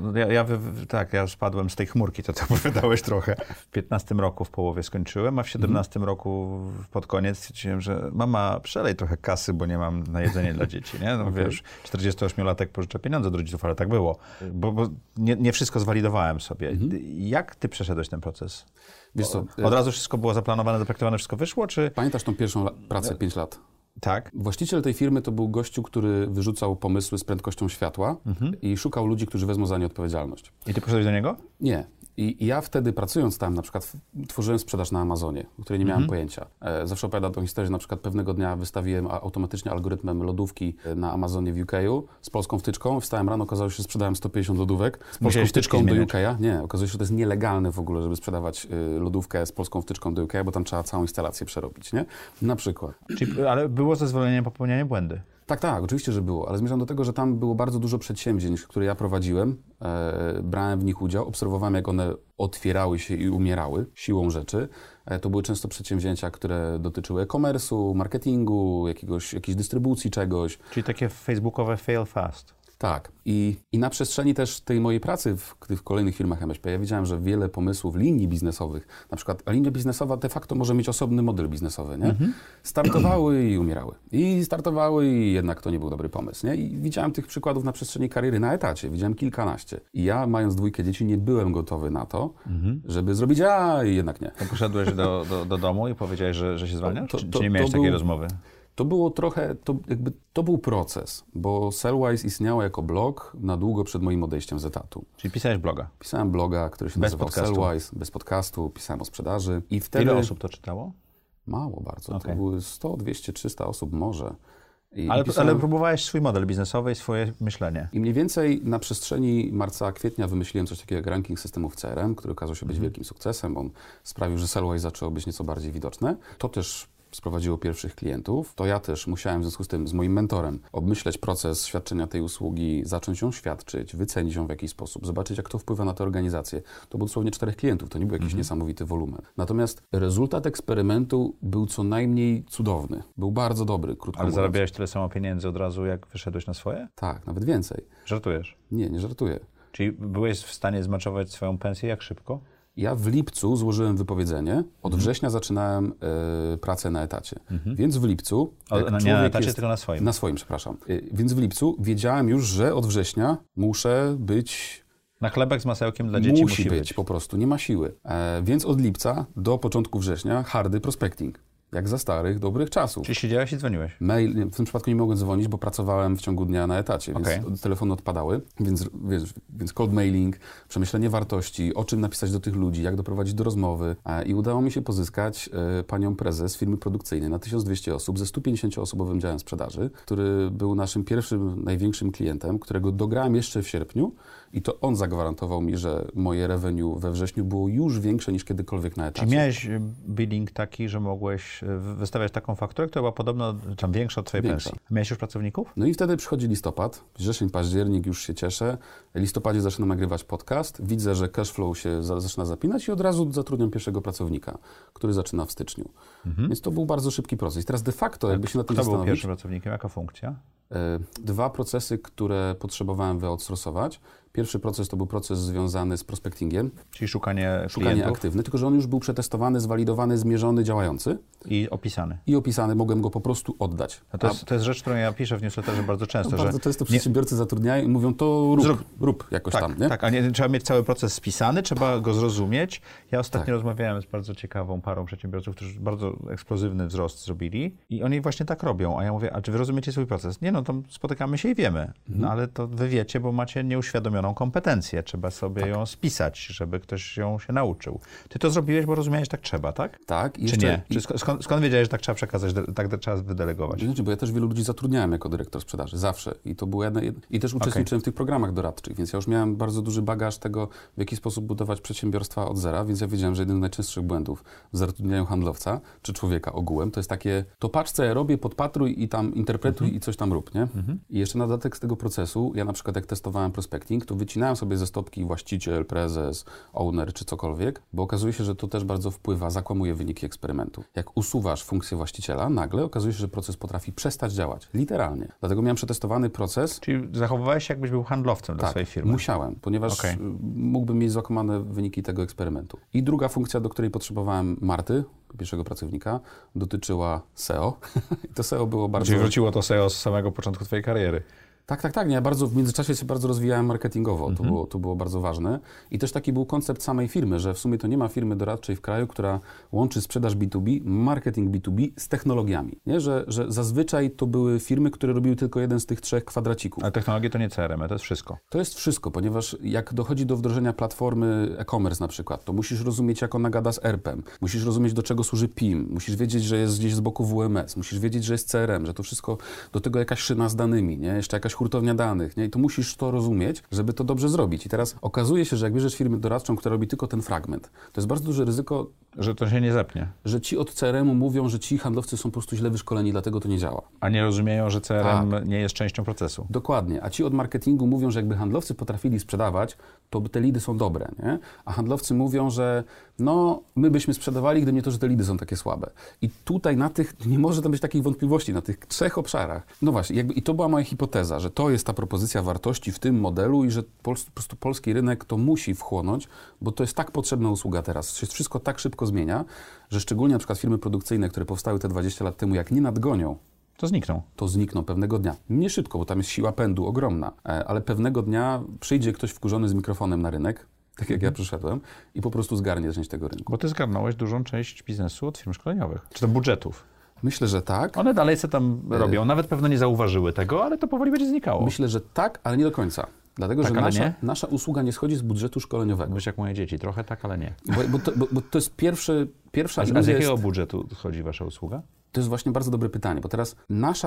ja spadłem z tej chmurki, to opowiadałeś trochę. W 15 roku w połowie skończyłem, a w 17 roku pod koniec stwierdziłem, że mama, przelej trochę kasy, bo nie mam na jedzenie dla dzieci, nie? No wiesz, 48-latek pożycza pieniądze od rodziców, ale tak było. Bo nie wszystko zwalidowałem sobie. Jak ty przeszedłeś ten proces? Wiesz co, Od razu wszystko było zaplanowane, zaprojektowane, wszystko wyszło, czy... Pamiętasz tą pierwszą pracę 5 lat? Tak. Właściciel tej firmy to był gościu, który wyrzucał pomysły z prędkością światła i szukał ludzi, którzy wezmą za nie odpowiedzialność. I ty poszedłeś do niego? Nie. I ja wtedy, pracując tam, na przykład tworzyłem sprzedaż na Amazonie, o której nie miałem pojęcia. Zawsze opowiadam tą historię, że na przykład pewnego dnia wystawiłem automatycznie algorytmem lodówki na Amazonie w UK-u z polską wtyczką. Wstałem rano, okazało się, że sprzedałem 150 lodówek z polską wtyczką do UK-a. Nie, okazuje się, że to jest nielegalne w ogóle, żeby sprzedawać lodówkę z polską wtyczką do UK-a, bo tam trzeba całą instalację przerobić, nie? Na przykład. Ale było zezwolenie na popełnianie błędy? Tak, oczywiście, że było, ale zmierzam do tego, że tam było bardzo dużo przedsięwzięć, które ja prowadziłem, brałem w nich udział, obserwowałem, jak one otwierały się i umierały siłą rzeczy. To były często przedsięwzięcia, które dotyczyły e-commerce'u, marketingu, jakiejś dystrybucji czegoś. Czyli takie facebookowe fail fast. Tak. I na przestrzeni też tej mojej pracy w kolejnych firmach MŚP ja widziałem, że wiele pomysłów linii biznesowych, na przykład linia biznesowa de facto może mieć osobny model biznesowy, nie? Startowały i umierały. I startowały i jednak to nie był dobry pomysł, nie? I widziałem tych przykładów na przestrzeni kariery na etacie. Widziałem kilkanaście. I ja, mając 2 dzieci, nie byłem gotowy na to, żeby zrobić i jednak nie. To poszedłeś do domu i powiedziałeś, że się zwalniasz? Czy nie miałeś takiej rozmowy? To było trochę, to był proces, bo Sellwise istniało jako blog na długo przed moim odejściem z etatu. Czyli pisałeś bloga? Pisałem bloga, który się nazywał Sellwise, bez podcastu, pisałem o sprzedaży. I wtedy... Ile osób to czytało? Mało bardzo, to były 100, 200, 300 osób może. Ale próbowałeś swój model biznesowy i swoje myślenie. I mniej więcej na przestrzeni marca, kwietnia wymyśliłem coś takiego jak ranking systemów CRM, który okazał się być wielkim sukcesem. On sprawił, że Sellwise zaczęło być nieco bardziej widoczne. To też sprowadziło pierwszych klientów, to ja też musiałem w związku z tym z moim mentorem obmyśleć proces świadczenia tej usługi, zacząć ją świadczyć, wycenić ją w jakiś sposób, zobaczyć, jak to wpływa na tę organizację. To było dosłownie 4 klientów, to nie był jakiś niesamowity wolumen. Natomiast rezultat eksperymentu był co najmniej cudowny. Był bardzo dobry, krótko mówiąc. Ale zarabiałeś tyle samo pieniędzy od razu, jak wyszedłeś na swoje? Tak, nawet więcej. Żartujesz? Nie żartuję. Czyli byłeś w stanie zmaczować swoją pensję jak szybko? Ja w lipcu złożyłem wypowiedzenie, od września zaczynałem pracę na etacie. Więc w lipcu... Nie na etacie, tylko na swoim. Na swoim, przepraszam. Więc w lipcu wiedziałem już, że od września muszę być... Na chlebek z masełkiem dla dzieci musi być. Po prostu, nie ma siły. Więc od lipca do początku września hardy prospecting. Jak za starych, dobrych czasów. Czyli siedziałeś i dzwoniłeś? Mail, w tym przypadku nie mogłem dzwonić, bo pracowałem w ciągu dnia na etacie, więc telefony odpadały. Więc cold mailing, przemyślenie wartości, o czym napisać do tych ludzi, jak doprowadzić do rozmowy. I udało mi się pozyskać panią prezes firmy produkcyjnej na 1200 osób ze 150-osobowym działem sprzedaży, który był naszym pierwszym, największym klientem, którego dograłem jeszcze w sierpniu i to on zagwarantował mi, że moje revenue we wrześniu było już większe niż kiedykolwiek na etacie. Czy miałeś billing taki, że mogłeś wystawiać taką fakturę, która była podobno tam większa od twojej pensji? Miałeś już pracowników? No i wtedy przychodzi listopad, wrzesień, październik, już się cieszę. W listopadzie zaczynam nagrywać podcast, widzę, że cashflow się zaczyna zapinać i od razu zatrudniam pierwszego pracownika, który zaczyna w styczniu. Więc to był bardzo szybki proces. I teraz de facto, jakby się na tym zastanowić... Kto był pierwszym pracownikiem? Jaka funkcja? 2 procesy, które potrzebowałem wyoutsourcować. Pierwszy proces to był proces związany z prospectingiem. Czyli szukanie aktywne, tylko że on już był przetestowany, zwalidowany, zmierzony, działający. I opisany. I opisany, mogłem go po prostu oddać. To jest rzecz, którą ja piszę w newsletterze bardzo często. Bardzo często przedsiębiorcy zatrudniają i mówią, to rób jakoś tam. Nie? Tak, a nie, trzeba mieć cały proces spisany, trzeba go zrozumieć. Ja ostatnio rozmawiałem z bardzo ciekawą parą przedsiębiorców, którzy bardzo eksplozywny wzrost zrobili i oni właśnie tak robią. A ja mówię, a czy wy rozumiecie swój proces? Nie, no to spotykamy się i wiemy. No ale to wy wiecie, bo macie nieuświadomioną kompetencję. Trzeba sobie ją spisać, żeby ktoś ją się nauczył. Ty to zrobiłeś, bo rozumiałeś, że tak trzeba, tak? Tak. Czy nie? Skąd wiedziałeś, że tak trzeba przekazać, tak trzeba wydelegować? Znaczy, bo ja też wielu ludzi zatrudniałem jako dyrektor sprzedaży, zawsze. I to było I też uczestniczyłem w tych programach doradczych, więc ja już miałem bardzo duży bagaż tego, w jaki sposób budować przedsiębiorstwa od zera, więc ja wiedziałem, że jednym z najczęstszych błędów w zatrudnianiu handlowca, czy człowieka ogółem, to jest takie, to patrz, co ja robię, podpatruj i tam interpretuj i coś tam rób, nie? I jeszcze na dodatek z tego procesu, ja na przykład jak testowałem prospecting, to to wycinają sobie ze stopki właściciel, prezes, owner czy cokolwiek, bo okazuje się, że to też bardzo wpływa, zakłamuje wyniki eksperymentu. Jak usuwasz funkcję właściciela, nagle okazuje się, że proces potrafi przestać działać. Literalnie. Dlatego miałem przetestowany proces. Czyli zachowywałeś się, jakbyś był handlowcem dla swojej firmy? Musiałem, ponieważ mógłbym mieć zakłamane wyniki tego eksperymentu. I druga funkcja, do której potrzebowałem Marty, pierwszego pracownika, dotyczyła SEO. I to SEO było bardzo... Czyli wróciło to SEO z samego początku twojej kariery. Tak. Ja w międzyczasie się bardzo rozwijałem marketingowo. To było bardzo ważne. I też taki był koncept samej firmy, że w sumie to nie ma firmy doradczej w kraju, która łączy sprzedaż B2B, marketing B2B z technologiami. Nie? Że zazwyczaj to były firmy, które robiły tylko jeden z tych 3 kwadracików. Ale technologie to nie CRM, to jest wszystko. To jest wszystko, ponieważ jak dochodzi do wdrożenia platformy e-commerce na przykład, to musisz rozumieć, jak ona gada z ERP-em, musisz rozumieć, do czego służy PIM, musisz wiedzieć, że jest gdzieś z boku WMS, musisz wiedzieć, że jest CRM, że to wszystko, do tego jakaś szyna z danymi, nie? Jeszcze jakaś hurtownia danych, nie? I to musisz to rozumieć, żeby to dobrze zrobić. I teraz okazuje się, że jak bierzesz firmę doradczą, która robi tylko ten fragment, to jest bardzo duże ryzyko, że to się nie zepnie. Że ci od CRM-u mówią, że ci handlowcy są po prostu źle wyszkoleni, dlatego to nie działa. A nie rozumieją, że CRM nie jest częścią procesu. Dokładnie. A ci od marketingu mówią, że jakby handlowcy potrafili sprzedawać, to te lidy są dobre, nie? A handlowcy mówią, że no, my byśmy sprzedawali, gdyby nie to, że te lidy są takie słabe. I tutaj nie może tam być takich wątpliwości na tych 3 obszarach. No właśnie, i to była moja hipoteza, że to jest ta propozycja wartości w tym modelu i że po prostu polski rynek to musi wchłonąć, bo to jest tak potrzebna usługa teraz. Się wszystko tak szybko zmienia, że szczególnie na przykład firmy produkcyjne, które powstały te 20 lat temu, jak nie nadgonią, to znikną pewnego dnia. Nie szybko, bo tam jest siła pędu ogromna, ale pewnego dnia przyjdzie ktoś wkurzony z mikrofonem na rynek, tak jak ja przyszedłem, i po prostu zgarnie część tego rynku. Bo ty zgarnąłeś dużą część biznesu od firm szkoleniowych, czy to budżetów. Myślę, że tak. One dalej se tam robią, nawet pewno nie zauważyły tego, ale to powoli będzie znikało. Myślę, że tak, ale nie do końca. Dlatego, że nasza usługa nie schodzi z budżetu szkoleniowego. Być jak moje dzieci, trochę tak, ale nie. Bo to jest pierwsza iluzja. A z jakiego budżetu schodzi wasza usługa? To jest właśnie bardzo dobre pytanie, bo teraz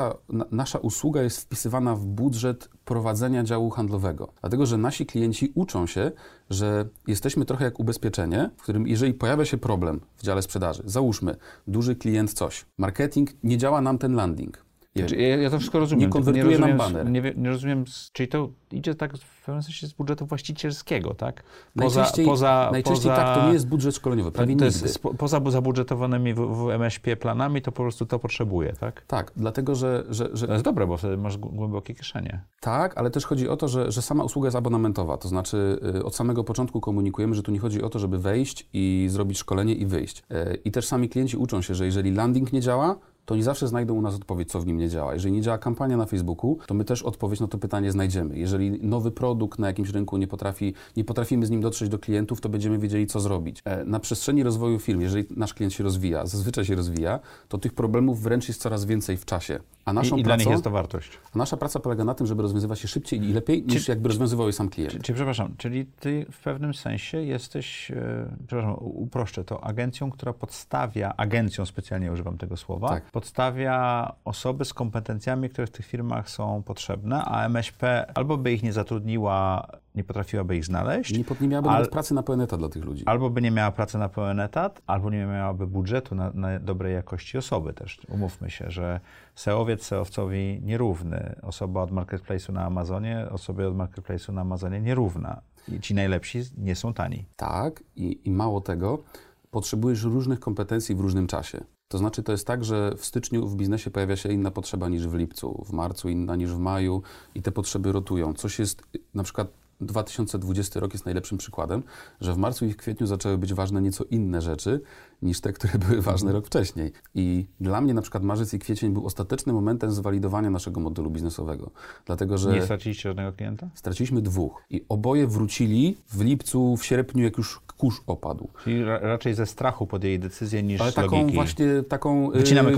nasza usługa jest wpisywana w budżet prowadzenia działu handlowego. Dlatego, że nasi klienci uczą się, że jesteśmy trochę jak ubezpieczenie, w którym jeżeli pojawia się problem w dziale sprzedaży, załóżmy, duży klient coś, marketing, nie działa nam ten landing. Ja to wszystko rozumiem. Nie konwertuje nam baner. Nie rozumiem, czyli to idzie tak w pewnym sensie z budżetu właścicielskiego, tak? Najczęściej tak, to nie jest budżet szkoleniowy, prawie nigdy. Jest poza zabudżetowanymi w MŚP planami, to po prostu to potrzebuje, tak? Tak, dlatego, że... To jest dobre, bo wtedy masz głębokie kieszenie. Tak, ale też chodzi o to, że sama usługa jest abonamentowa, to znaczy od samego początku komunikujemy, że tu nie chodzi o to, żeby wejść i zrobić szkolenie i wyjść. I też sami klienci uczą się, że jeżeli landing nie działa, to oni zawsze znajdą u nas odpowiedź, co w nim nie działa. Jeżeli nie działa kampania na Facebooku, to my też odpowiedź na to pytanie znajdziemy. Jeżeli nowy produkt na jakimś rynku nie potrafimy z nim dotrzeć do klientów, to będziemy wiedzieli, co zrobić. Na przestrzeni rozwoju firm, jeżeli nasz klient się rozwija, zazwyczaj się rozwija, to tych problemów wręcz jest coraz więcej w czasie. A I dla nich jest to wartość. A nasza praca polega na tym, żeby rozwiązywać się szybciej i lepiej, niż jakby rozwiązywał je sam klient. Czyli ty w pewnym sensie jesteś, uproszczę to, agencją, która agencją specjalnie używam tego słowa, tak. Podstawia osoby z kompetencjami, które w tych firmach są potrzebne, a MŚP albo by ich nie zatrudniła, nie potrafiłaby ich znaleźć. Nie miałaby nawet pracy na pełen etat dla tych ludzi. Albo by nie miała pracy na pełen etat, albo nie miałaby budżetu na dobrej jakości osoby też. Umówmy się, że SEOwiec SEOwcowi nierówny. Osoba od marketplace'u na Amazonie, osobie od marketplace'u na Amazonie nierówna. I ci najlepsi nie są tani. Tak, i mało tego, potrzebujesz różnych kompetencji w różnym czasie. To znaczy, to jest tak, że w styczniu w biznesie pojawia się inna potrzeba niż w lipcu, w marcu inna niż w maju i te potrzeby rotują. Coś jest, na przykład 2020 rok jest najlepszym przykładem, że w marcu i w kwietniu zaczęły być ważne nieco inne rzeczy niż te, które były ważne rok wcześniej. I dla mnie na przykład marzec i kwiecień był ostatecznym momentem zwalidowania naszego modelu biznesowego. Dlatego, że... Nie straciliście żadnego klienta? Straciliśmy 2 i oboje wrócili w lipcu, w sierpniu, jak już kurz opadł. Czyli raczej ze strachu podjęli decyzję niż ale z logiki. Ale właśnie taką...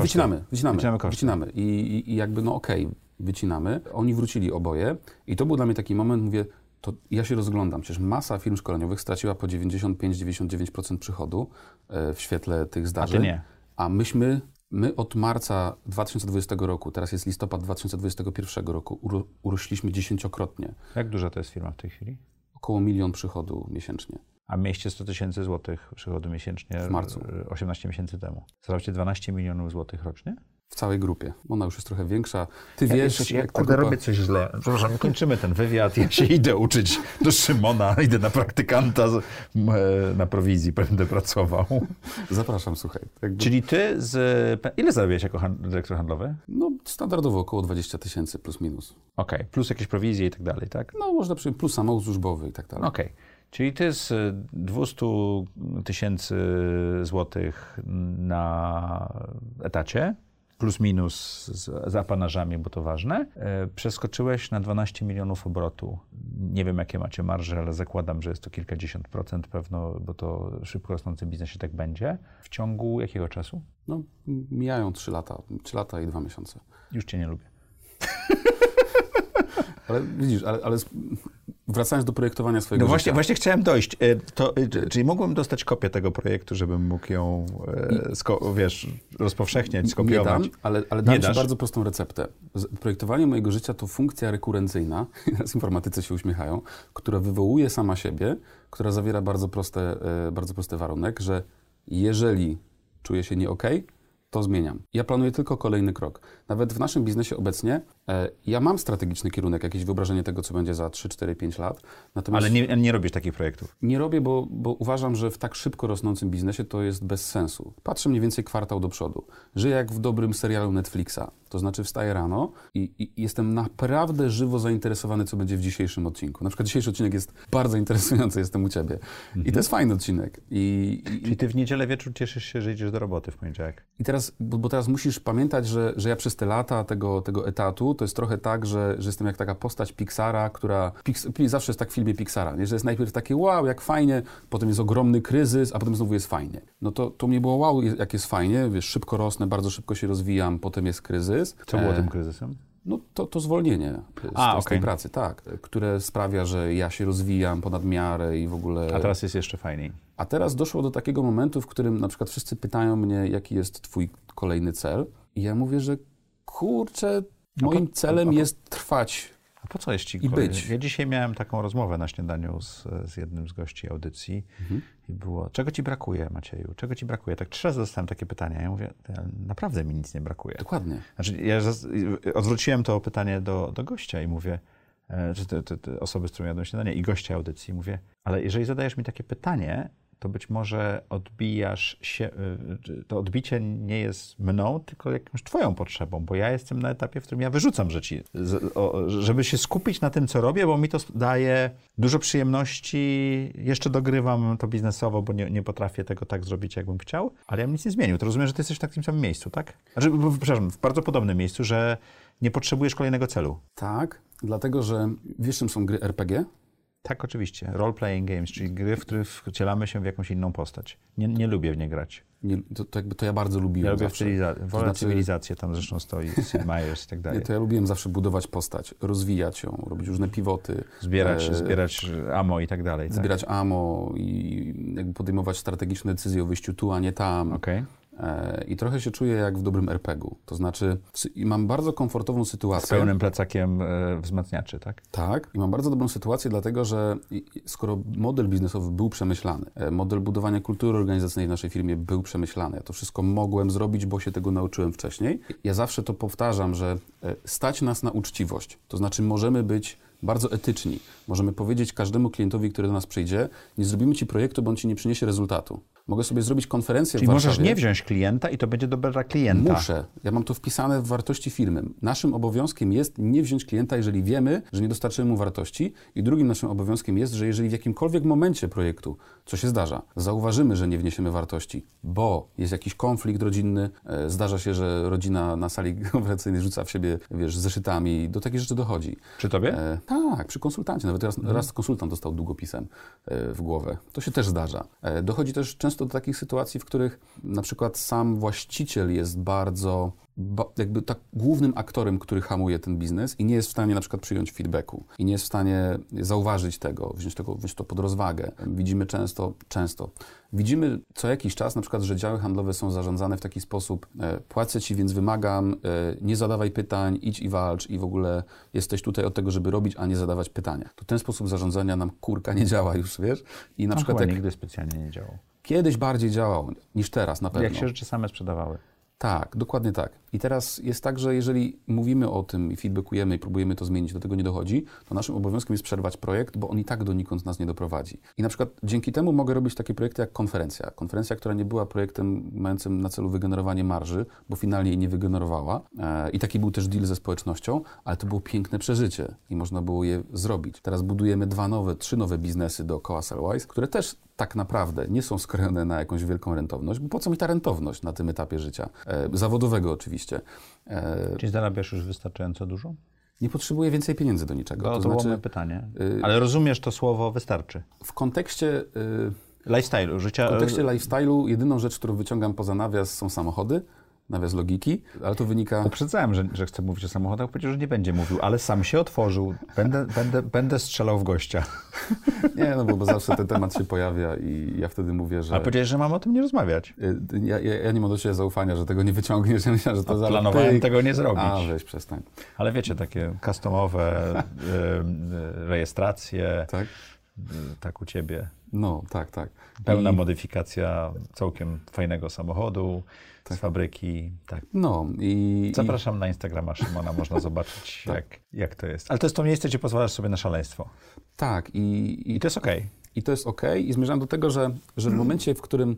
Wycinamy. I jakby wycinamy. Oni wrócili oboje i to był dla mnie taki moment, mówię, to ja się rozglądam. Przecież masa firm szkoleniowych straciła po 95-99% przychodu w świetle tych zdarzeń. A ty nie. A my od marca 2020 roku, teraz jest listopad 2021 roku, urośliśmy 10-krotnie. Jak duża to jest firma w tej chwili? Około 1 milion przychodu miesięcznie. A mieliście 100 000 złotych przychodu miesięcznie w marcu. 18 miesięcy temu. Zarabiacie 12 milionów złotych rocznie? w całej grupie. Ona już jest trochę większa. Ty wiesz, jak ta grupa... robię coś źle. Przepraszam, kończymy ten wywiad. Ja się idę uczyć do Szymona, idę na praktykanta, na prowizji będę pracował. Zapraszam, słuchaj. Czyli ty ile zarabiałeś jako dyrektor handlowy? No, standardowo około 20 000 plus minus. Okej, plus jakieś prowizje i tak dalej, tak? No, można przyjąć, plus samochód służbowy i tak dalej. Okej. Czyli ty z 200 000 złotych na etacie, plus minus z apanażami, bo to ważne, przeskoczyłeś na 12 milionów obrotu. Nie wiem, jakie macie marże, ale zakładam, że jest to kilkadziesiąt procent pewno, bo to szybko rosnący biznes i tak będzie. W ciągu jakiego czasu? No, mijają 3 lata. 3 lata i 2 miesiące. Już cię nie lubię. Ale widzisz, ale wracając do projektowania swojego życia. Właśnie chciałem dojść. Czyli mógłbym dostać kopię tego projektu, żebym mógł ją, rozpowszechniać, skopiować. Nie dam, ale dam ci bardzo prostą receptę. Projektowanie mojego życia to funkcja rekurencyjna, teraz informatycy się uśmiechają, która wywołuje sama siebie, która zawiera bardzo prosty warunek, że jeżeli czuję się nie okej, to zmieniam. Ja planuję tylko kolejny krok. Nawet w naszym biznesie obecnie ja mam strategiczny kierunek, jakieś wyobrażenie tego, co będzie za 3, 4, 5 lat. Natomiast ale nie robisz takich projektów? Nie robię, bo uważam, że w tak szybko rosnącym biznesie to jest bez sensu. Patrzę mniej więcej kwartał do przodu. Żyję jak w dobrym serialu Netflixa. To znaczy wstaję rano i jestem naprawdę żywo zainteresowany, co będzie w dzisiejszym odcinku. Na przykład dzisiejszy odcinek jest bardzo interesujący, jestem u ciebie. I to jest fajny odcinek. Czyli ty w niedzielę wieczór cieszysz się, że idziesz do roboty w poniedziałek? I teraz, bo teraz musisz pamiętać, że ja przez te lata tego etatu, to jest trochę tak, że jestem jak taka postać Pixara, zawsze jest tak w filmie Pixara, nie? Że jest najpierw takie wow, jak fajnie, potem jest ogromny kryzys, a potem znowu jest fajnie. No to mnie było wow, jak jest fajnie, wiesz, szybko rosnę, bardzo szybko się rozwijam, potem jest kryzys. Co było tym kryzysem? No to zwolnienie z tej pracy, tak, które sprawia, że ja się rozwijam ponad miarę i w ogóle... A teraz jest jeszcze fajniej. A teraz doszło do takiego momentu, w którym na przykład wszyscy pytają mnie, jaki jest twój kolejny cel. I ja mówię, że kurczę, moim celem jest trwać. A po co jest ci i być? Ja dzisiaj miałem taką rozmowę na śniadaniu z jednym z gości audycji i było, czego ci brakuje, Macieju? Czego ci brakuje? Tak 3 razy dostałem takie pytania. Ja mówię, naprawdę mi nic nie brakuje. Dokładnie. Znaczy, ja odwróciłem to pytanie do gościa i mówię, czy te osoby, z którą jadłem śniadanie i gościa audycji, mówię, ale jeżeli zadajesz mi takie pytanie, to być może odbijasz się, to odbicie nie jest mną, tylko jakąś twoją potrzebą, bo ja jestem na etapie, w którym ja wyrzucam rzeczy, żeby się skupić na tym, co robię, bo mi to daje dużo przyjemności, jeszcze dogrywam to biznesowo, bo nie potrafię tego tak zrobić, jakbym chciał, ale ja bym nic nie zmienił. To rozumiem, że ty jesteś w takim samym miejscu, tak? Znaczy, przepraszam, w bardzo podobnym miejscu, że nie potrzebujesz kolejnego celu. Tak, dlatego, że wiesz, czym są gry RPG? Tak, oczywiście. Role-playing games, czyli gry, w których wcielamy się w jakąś inną postać. Nie lubię w nie grać. To ja bardzo lubiłem. Ja lubię wolę cywilizację, tam zresztą stoi Sid Meier's i tak dalej. To ja lubiłem zawsze budować postać, rozwijać ją, robić różne pivoty. Zbierać ammo i tak dalej. Zbierać ammo i jakby podejmować strategiczne decyzje o wyjściu tu, a nie tam. Okay. I trochę się czuję jak w dobrym RPG-u. To znaczy, mam bardzo komfortową sytuację. Z pełnym plecakiem wzmacniaczy, tak? Tak. I mam bardzo dobrą sytuację, dlatego że skoro model biznesowy był przemyślany, model budowania kultury organizacyjnej w naszej firmie był przemyślany, ja to wszystko mogłem zrobić, bo się tego nauczyłem wcześniej. Ja zawsze to powtarzam, że stać nas na uczciwość. To znaczy, możemy być bardzo etyczni. Możemy powiedzieć każdemu klientowi, który do nas przyjdzie, nie zrobimy ci projektu, bo on ci nie przyniesie rezultatu. Mogę sobie zrobić konferencję w Warszawie. Czyli możesz nie wziąć klienta i to będzie dobre dla klienta. Muszę. Ja mam to wpisane w wartości firmy. Naszym obowiązkiem jest nie wziąć klienta, jeżeli wiemy, że nie dostarczymy mu wartości. I drugim naszym obowiązkiem jest, że jeżeli w jakimkolwiek momencie projektu, co się zdarza, zauważymy, że nie wniesiemy wartości, bo jest jakiś konflikt rodzinny, zdarza się, że rodzina na sali konferencyjnej rzuca w siebie, zeszytami, do takich rzeczy dochodzi. Przy tobie? Tak, przy konsultancie. Nawet raz konsultant dostał długopisem w głowę. To się też zdarza. Dochodzi też często do takich sytuacji, w których na przykład sam właściciel jest bardzo jakby tak głównym aktorem, który hamuje ten biznes i nie jest w stanie na przykład przyjąć feedbacku i nie jest w stanie zauważyć tego, wziąć to pod rozwagę. Widzimy widzimy co jakiś czas na przykład, że działy handlowe są zarządzane w taki sposób: płacę ci, więc wymagam, nie zadawaj pytań, idź i walcz i w ogóle jesteś tutaj od tego, żeby robić, a nie zadawać pytania. To ten sposób zarządzania nam nie działa już, wiesz? I na przykład nigdy specjalnie nie działał. Kiedyś bardziej działał niż teraz, na pewno. Jak się rzeczy same sprzedawały. Tak, dokładnie tak. I teraz jest tak, że jeżeli mówimy o tym i feedbackujemy i próbujemy to zmienić, do tego nie dochodzi, to naszym obowiązkiem jest przerwać projekt, bo on i tak donikąd nas nie doprowadzi. I na przykład dzięki temu mogę robić takie projekty jak konferencja. Konferencja, która nie była projektem mającym na celu wygenerowanie marży, bo finalnie jej nie wygenerowała. I taki był też deal ze społecznością, ale to było piękne przeżycie i można było je zrobić. Teraz budujemy 3 nowe biznesy dookoła Sellwise, które też tak naprawdę nie są skrojone na jakąś wielką rentowność, bo po co mi ta rentowność na tym etapie życia? Zawodowego oczywiście. Czyli zarabiasz już wystarczająco dużo? Nie potrzebuję więcej pieniędzy do niczego. To było moje pytanie. Ale rozumiesz to słowo wystarczy? W kontekście lifestyle'u, życia. W kontekście lifestyle'u jedyną rzecz, którą wyciągam poza nawias, są samochody. Nawias logiki, ale to wynika... Uprzedzałem, że chcę mówić o samochodach, powiedział, że nie będzie mówił, ale sam się otworzył. Będę strzelał w gościa. Nie, no bo zawsze ten temat się pojawia i ja wtedy mówię, że... Ale powiedziałeś, że mamy o tym nie rozmawiać. Ja nie mam do ciebie zaufania, że tego nie wyciągniesz. Ja myślałem, że to planowałem tego nie zrobić. A, weź, przestań. Ale wiecie, takie customowe rejestracje, tak u ciebie. No, tak. Pełna modyfikacja całkiem fajnego samochodu z fabryki. Tak. No i... Zapraszam na Instagrama Szymona, można zobaczyć jak to jest. Ale to jest to miejsce, gdzie pozwalasz sobie na szaleństwo. Tak. I to jest okej. I to jest okej. I zmierzam do tego, że w momencie, w którym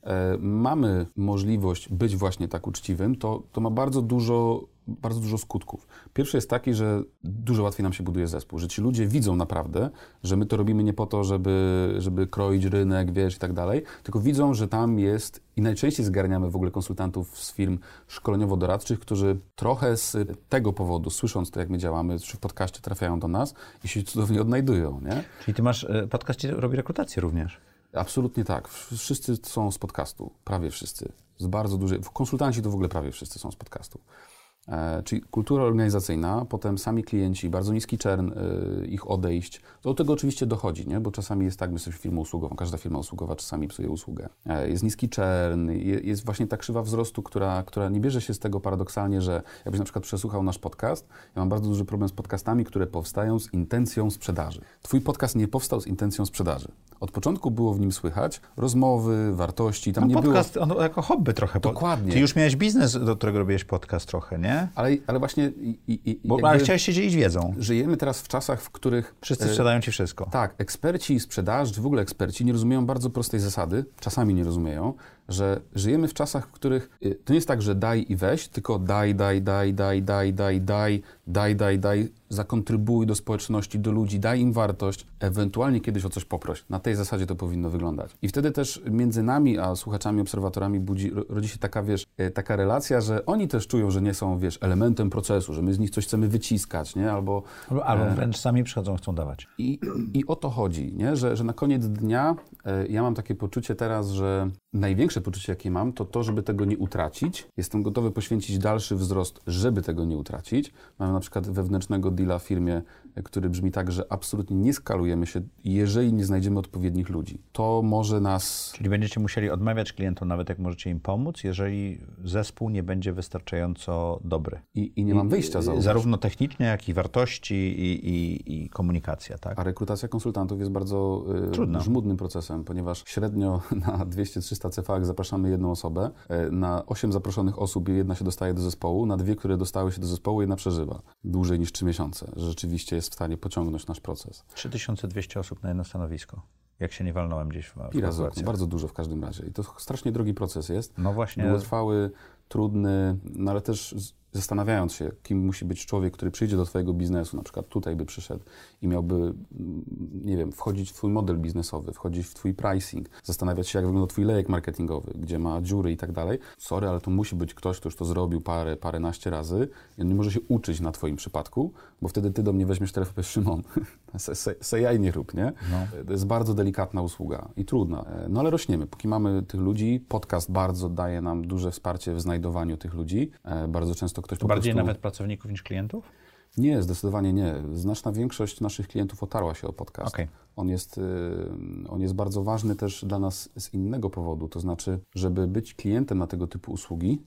mamy możliwość być właśnie tak uczciwym, to ma bardzo dużo skutków. Pierwszy jest taki, że dużo łatwiej nam się buduje zespół, że ci ludzie widzą naprawdę, że my to robimy nie po to, żeby kroić rynek, wiesz, i tak dalej, tylko widzą, że tam jest i najczęściej zgarniamy w ogóle konsultantów z firm szkoleniowo-doradczych, którzy trochę z tego powodu, słysząc to, jak my działamy, czy w podcaście trafiają do nas i się cudownie odnajdują, nie? Czyli ty masz, podcast robi rekrutację również? Absolutnie tak. Wszyscy są z podcastu. Prawie wszyscy. Z bardzo dużej... Konsultanci to w ogóle prawie wszyscy są z podcastu. Czyli kultura organizacyjna, potem sami klienci, bardzo niski churn ich odejść. Do tego oczywiście dochodzi, nie? Bo czasami jest tak, my jesteśmy firmą usługową, każda firma usługowa czasami psuje usługę. Jest niski churn, jest właśnie ta krzywa wzrostu, która nie bierze się z tego paradoksalnie, że jakbyś na przykład przesłuchał nasz podcast, ja mam bardzo duży problem z podcastami, które powstają z intencją sprzedaży. Twój podcast nie powstał z intencją sprzedaży. Od początku było w nim słychać rozmowy, wartości, tam nie podcast, było... on jako hobby trochę. Dokładnie. Ty już miałeś biznes, do którego robiłeś podcast trochę, nie? Ale właśnie... Ale chciałeś się dzielić wiedzą. Żyjemy teraz w czasach, w których... Wszyscy sprzedają ci wszystko. Tak, eksperci sprzedaży, czy w ogóle eksperci nie rozumieją bardzo prostej zasady, czasami nie rozumieją, że żyjemy w czasach, w których to nie jest tak, że daj i weź, tylko daj, zakontrybuj do społeczności, do ludzi, daj im wartość, ewentualnie kiedyś o coś poproś. Na tej zasadzie to powinno wyglądać. I wtedy też między nami a słuchaczami, obserwatorami rodzi się taka, taka relacja, że oni też czują, że nie są, elementem procesu, że my z nich coś chcemy wyciskać, nie? Albo wręcz sami przychodzą, chcą dawać. I o to chodzi, nie? Że na koniec dnia ja mam takie poczucie teraz, że największe poczucie, jakie mam, to żeby tego nie utracić. Jestem gotowy poświęcić dalszy wzrost, żeby tego nie utracić. Mam na przykład wewnętrznego deala w firmie, który brzmi tak, że absolutnie nie skalujemy się, jeżeli nie znajdziemy odpowiednich ludzi. To może nas... Czyli będziecie musieli odmawiać klientom, nawet jak możecie im pomóc, jeżeli zespół nie będzie wystarczająco dobry. I nie mam wyjścia za zarówno technicznie, jak i wartości i komunikacja, tak? A rekrutacja konsultantów jest bardzo żmudnym procesem, ponieważ średnio na 200-300 CV zapraszamy jedną osobę, na 8 zaproszonych osób jedna się dostaje do zespołu, na 2, które dostały się do zespołu, jedna przeżywa. Dłużej niż 3 miesiące. Rzeczywiście jest w stanie pociągnąć nasz proces. 3200 osób na jedno stanowisko. Jak się nie walnąłem gdzieś w bardzo dużo w każdym razie. I to strasznie drogi proces jest. No właśnie. Długotrwały, trudny, no ale też zastanawiając się, kim musi być człowiek, który przyjdzie do twojego biznesu, na przykład tutaj by przyszedł i miałby, nie wiem, wchodzić w twój model biznesowy, wchodzić w twój pricing, zastanawiać się, jak wygląda twój lejek marketingowy, gdzie ma dziury i tak dalej. Sorry, ale to musi być ktoś, kto już to zrobił paręnaście razy i on nie może się uczyć na twoim przypadku, bo wtedy ty do mnie weźmiesz telefon i powiesz, Szymon, jaj nie rób, nie? No. To jest bardzo delikatna usługa i trudna. No ale rośniemy. Póki mamy tych ludzi, podcast bardzo daje nam duże wsparcie w znajdowaniu tych ludzi. Bardzo często ktoś to bardziej nawet pracowników niż klientów? Nie, zdecydowanie nie. Znaczna większość naszych klientów otarła się o podcast. Okay. On jest bardzo ważny też dla nas z innego powodu, to znaczy, żeby być klientem na tego typu usługi,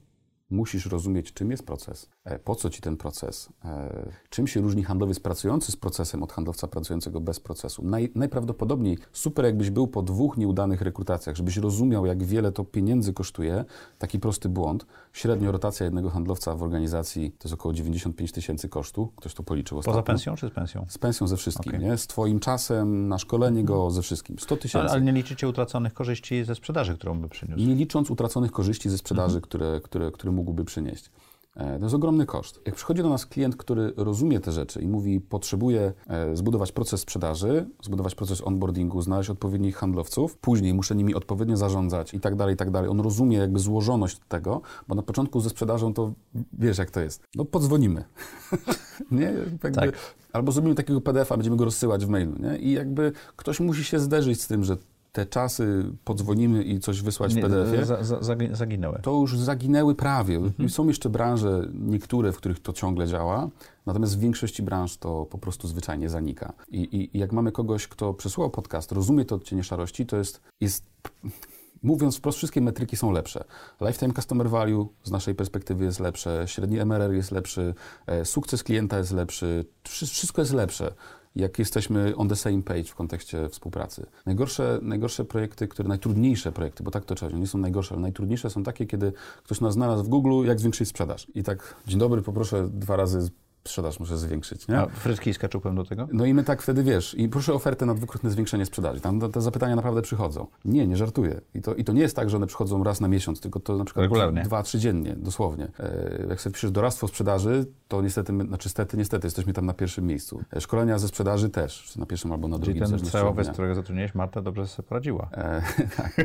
musisz rozumieć, czym jest proces, po co ci ten proces, czym się różni handlowiec pracujący z procesem od handlowca pracującego bez procesu. Najprawdopodobniej super, jakbyś był po 2 nieudanych rekrutacjach, żebyś rozumiał, jak wiele to pieniędzy kosztuje. Taki prosty błąd. Średnio rotacja jednego handlowca w organizacji to jest około 95 000 kosztu. Ktoś to policzył ostatnio. Poza pensją czy z pensją? Z pensją ze wszystkim, nie? Z twoim czasem, na szkolenie go, ze wszystkim. 100 000. Ale nie liczycie utraconych korzyści ze sprzedaży, którą by przyniósł? Nie licząc utraconych korzyści ze sprzedaży, które mógłby przynieść. To jest ogromny koszt. Jak przychodzi do nas klient, który rozumie te rzeczy i mówi, potrzebuję zbudować proces sprzedaży, zbudować proces onboardingu, znaleźć odpowiednich handlowców, później muszę nimi odpowiednio zarządzać i tak dalej. On rozumie jakby złożoność tego, bo na początku ze sprzedażą to wiesz, jak to jest. No podzwonimy. Nie? Tak. Albo zrobimy takiego PDF-a, będziemy go rozsyłać w mailu. Nie? I jakby ktoś musi się zderzyć z tym, że te czasy podzwonimy i coś wysłać w PDF-ie, zaginęły. to już zaginęły prawie. Są jeszcze branże, niektóre, w których to ciągle działa, natomiast w większości branż to po prostu zwyczajnie zanika. I jak mamy kogoś, kto przesłuchał podcast, rozumie to odcienie szarości, to jest mówiąc wprost, wszystkie metryki są lepsze. Lifetime Customer Value z naszej perspektywy jest lepsze, średni MRR jest lepszy, sukces klienta jest lepszy, wszystko jest lepsze, jak jesteśmy on the same page w kontekście współpracy. Najgorsze projekty, najtrudniejsze projekty, bo tak to trzeba, nie są najgorsze, ale najtrudniejsze są takie, kiedy ktoś nas znalazł w Google, jak zwiększyć sprzedaż. I tak, dzień dobry, poproszę 2 razy sprzedaż muszę zwiększyć, nie? A frytki z ketchupem do tego? No i my tak wtedy, wiesz, i proszę ofertę na 2-krotne zwiększenie sprzedaży. Tam te zapytania naprawdę przychodzą. Nie żartuję. I to nie jest tak, że one przychodzą raz na miesiąc, tylko to na przykład regularnie. 2-3 dziennie, dosłownie. Jak sobie piszesz doradztwo sprzedaży, to niestety, niestety, jesteśmy tam na pierwszym miejscu. Szkolenia ze sprzedaży też, czy na pierwszym albo na drugim. Czyli ten CEOwiec, którego zatrudniłeś, Marta, dobrze sobie poradziła. Tak.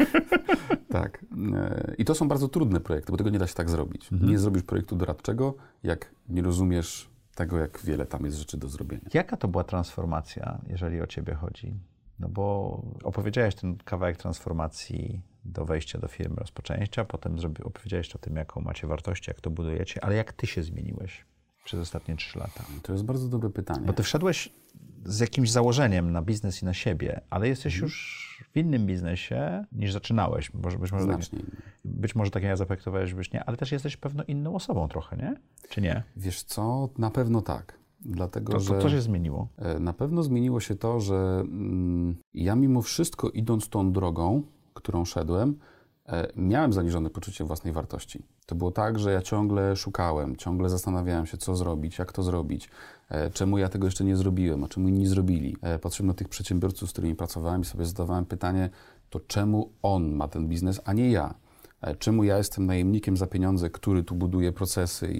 Tak. I to są bardzo trudne projekty, bo tego nie da się tak zrobić. Nie zrobisz projektu doradczego, jak nie rozumiesz tego, jak wiele tam jest rzeczy do zrobienia. Jaka to była transformacja, jeżeli o ciebie chodzi? No bo opowiedziałeś ten kawałek transformacji do wejścia do firmy, rozpoczęcia, potem opowiedziałeś o tym, jaką macie wartości, jak to budujecie, ale jak ty się zmieniłeś przez ostatnie 3 lata? To jest bardzo dobre pytanie. Bo ty wszedłeś z jakimś założeniem na biznes i na siebie, ale jesteś już w innym biznesie niż zaczynałeś. Znacznie. Być może tak jak zaprojektowałeś, być nie, ale też jesteś pewno inną osobą trochę, nie? Czy nie? Wiesz co? Na pewno tak. Dlatego, że co się zmieniło? Na pewno zmieniło się to, że ja mimo wszystko idąc tą drogą, którą szedłem, miałem zaniżone poczucie własnej wartości. To było tak, że ja ciągle szukałem, ciągle zastanawiałem się, co zrobić, jak to zrobić, czemu ja tego jeszcze nie zrobiłem, a czemu inni zrobili. Patrzyłem na tych przedsiębiorców, z którymi pracowałem i sobie zadawałem pytanie, to czemu on ma ten biznes, a nie ja? Czemu ja jestem najemnikiem za pieniądze, który tu buduje procesy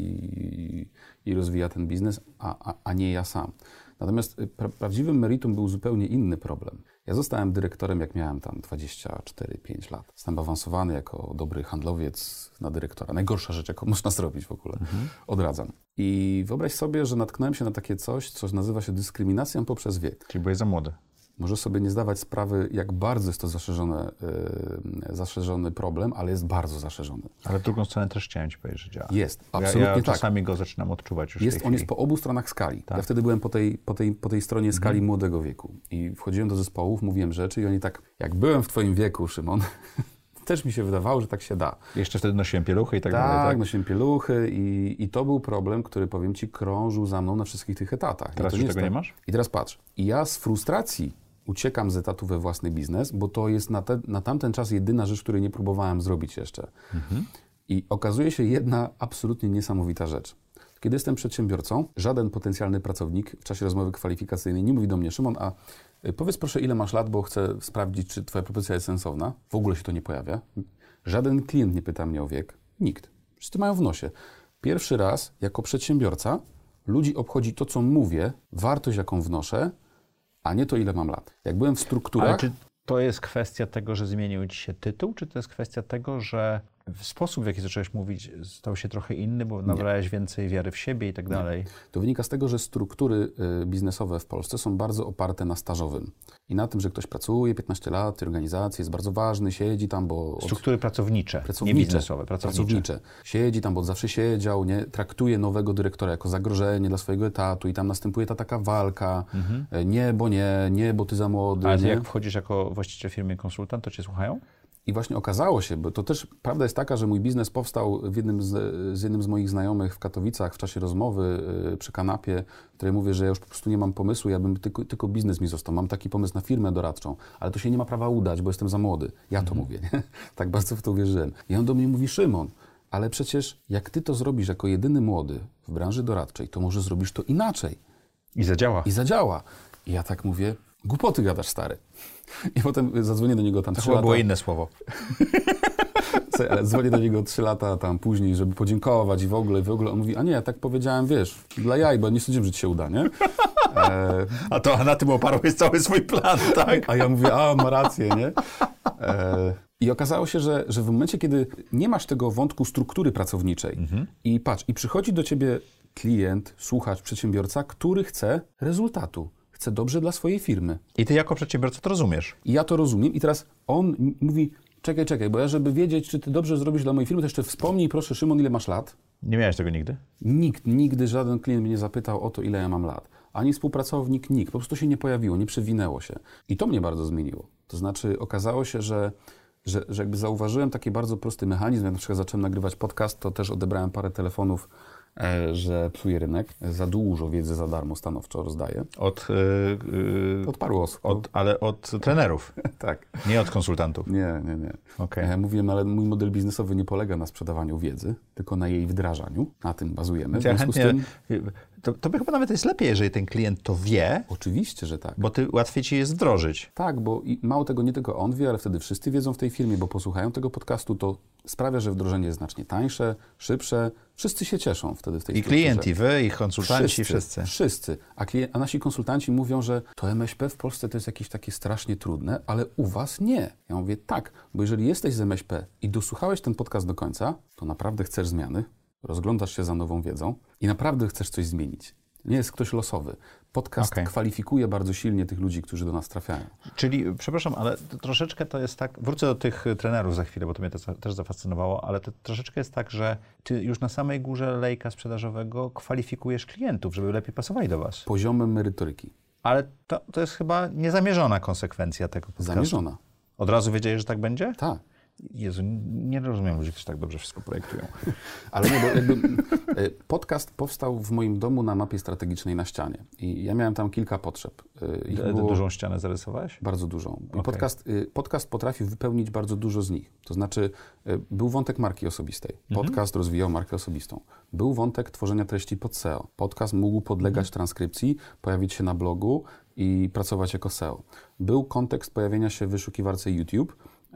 i rozwija ten biznes, a nie ja sam? Natomiast prawdziwym meritum był zupełnie inny problem. Ja zostałem dyrektorem, jak miałem tam 24-5 lat. Jestem awansowany jako dobry handlowiec na dyrektora. Najgorsza rzecz, jaką można zrobić w ogóle. Odradzam. I wyobraź sobie, że natknąłem się na takie coś, co nazywa się dyskryminacją poprzez wiek. Czyli byłeś za młody. Możesz sobie nie zdawać sprawy, jak bardzo jest to zaszerzony problem, ale jest bardzo zaszerzony. Ale w drugą stronę też chciałem ci powiedzieć, że działa. Jest, absolutnie ja tak. czasami go zaczynam odczuwać już On jest po obu stronach skali. Tak. Ja wtedy byłem po tej stronie skali młodego wieku. I wchodziłem do zespołów, mówiłem rzeczy i oni tak, jak byłem w twoim wieku, Szymon, też mi się wydawało, że tak się da. Jeszcze wtedy nosiłem pieluchy i tak dalej. Tak, nosiłem pieluchy i to był problem, który, powiem ci, krążył za mną na wszystkich tych etatach. Teraz już tego nie masz? I teraz patrz. I ja z frustracji uciekam z etatu we własny biznes, bo to jest na tamten czas jedyna rzecz, której nie próbowałem zrobić jeszcze. I okazuje się jedna absolutnie niesamowita rzecz. Kiedy jestem przedsiębiorcą, żaden potencjalny pracownik w czasie rozmowy kwalifikacyjnej nie mówi do mnie, Szymon, a powiedz proszę, ile masz lat, bo chcę sprawdzić, czy twoja propozycja jest sensowna. W ogóle się to nie pojawia. Żaden klient nie pyta mnie o wiek. Nikt. Wszyscy mają w nosie. Pierwszy raz, jako przedsiębiorca, ludzi obchodzi to, co mówię, wartość, jaką wnoszę, a nie to, ile mam lat. Jak byłem w strukturach... Ale czy to jest kwestia tego, że zmienił ci się tytuł, czy to jest kwestia tego, że sposób, w jaki zacząłeś mówić, stał się trochę inny, bo nabrałeś więcej wiary w siebie i tak dalej? To wynika z tego, że struktury biznesowe w Polsce są bardzo oparte na stażowym. I na tym, że ktoś pracuje 15 lat w tej organizacji, jest bardzo ważny, siedzi tam, bo... Struktury pracownicze, nie biznesowe, pracownicze. Siedzi tam, bo zawsze siedział, nie? Traktuje nowego dyrektora jako zagrożenie dla swojego etatu i tam następuje ta taka walka. Nie, bo ty za młody. Ale jak wchodzisz jako właściciel firmy konsultant, to cię słuchają? I właśnie okazało się, bo to też prawda jest taka, że mój biznes powstał z jednym z moich znajomych w Katowicach w czasie rozmowy przy kanapie, w której mówię, że ja już po prostu nie mam pomysłu, ja bym tylko biznes mi został. Mam taki pomysł na firmę doradczą, ale to się nie ma prawa udać, bo jestem za młody. Ja to mówię, nie? Tak bardzo w to uwierzyłem. I on do mnie mówi, Szymon, ale przecież jak ty to zrobisz jako jedyny młody w branży doradczej, to może zrobisz to inaczej. I zadziała. I ja tak mówię, głupoty gadasz, stary. I potem zadzwonię do niego tam 3 To lata. było inne słowo. Ale dzwonię do niego 3 lata tam później, żeby podziękować i w ogóle. On mówi, a nie, ja tak powiedziałem, wiesz, dla jaj, bo nie sądziłem, że ci się uda, nie? A to na tym oparłeś cały swój plan, tak? A ja mówię, on ma rację, nie? I okazało się, że w momencie, kiedy nie masz tego wątku struktury pracowniczej i patrz, i przychodzi do ciebie klient, słuchacz, przedsiębiorca, który chce rezultatu, chce dobrze dla swojej firmy. I ty jako przedsiębiorca to rozumiesz. I ja to rozumiem i teraz on mówi, czekaj, bo ja żeby wiedzieć, czy ty dobrze zrobisz dla mojej firmy, to jeszcze wspomnij, proszę, Szymon, ile masz lat? Nie miałeś tego nigdy? Nigdy żaden klient mnie nie zapytał o to, ile ja mam lat. Ani współpracownik, nikt. Po prostu się nie pojawiło, nie przewinęło się. I to mnie bardzo zmieniło. To znaczy okazało się, że jakby zauważyłem taki bardzo prosty mechanizm. Jak na przykład zacząłem nagrywać podcast, to też odebrałem parę telefonów, że psuje rynek. Za dużo wiedzy za darmo stanowczo rozdaję. Od paru osób. Ale od trenerów. Tak. Nie od konsultantów. Nie. Okay. Mówiłem, ale mój model biznesowy nie polega na sprzedawaniu wiedzy, tylko na jej wdrażaniu. Na tym bazujemy. W związku z tym... To by chyba nawet jest lepiej, jeżeli ten klient to wie. Oczywiście, że tak. Bo łatwiej ci jest wdrożyć. Tak, bo mało tego, nie tylko on wie, ale wtedy wszyscy wiedzą w tej firmie, bo posłuchają tego podcastu, to sprawia, że wdrożenie jest znacznie tańsze, szybsze. Wszyscy się cieszą wtedy w tej strukturze. I klient, i wy, i konsultanci, wszyscy. Wszyscy. A nasi konsultanci mówią, że to MŚP w Polsce to jest jakieś takie strasznie trudne, ale u was nie. Ja mówię tak, bo jeżeli jesteś z MŚP i dosłuchałeś ten podcast do końca, to naprawdę chcesz zmiany, rozglądasz się za nową wiedzą i naprawdę chcesz coś zmienić. Nie jest ktoś losowy. Podcast kwalifikuje bardzo silnie tych ludzi, którzy do nas trafiają. Czyli, przepraszam, ale troszeczkę to jest tak, wrócę do tych trenerów za chwilę, bo to mnie to też zafascynowało, ale to troszeczkę jest tak, że ty już na samej górze lejka sprzedażowego kwalifikujesz klientów, żeby lepiej pasowali do was. Poziomem merytoryki. Ale to jest chyba niezamierzona konsekwencja tego podcastu. Zamierzona. Od razu wiedziałeś, że tak będzie? Tak. Jezu, nie rozumiem ludzi, którzy tak dobrze wszystko projektują. Ale nie, bo jakby podcast powstał w moim domu na mapie strategicznej na ścianie. I ja miałem tam kilka potrzeb. Dużą ścianę zarysowałeś? Bardzo dużą. I podcast potrafił wypełnić bardzo dużo z nich. To znaczy, był wątek marki osobistej. Podcast rozwijał markę osobistą. Był wątek tworzenia treści pod SEO. Podcast mógł podlegać transkrypcji, pojawić się na blogu i pracować jako SEO. Był kontekst pojawienia się w wyszukiwarce YouTube,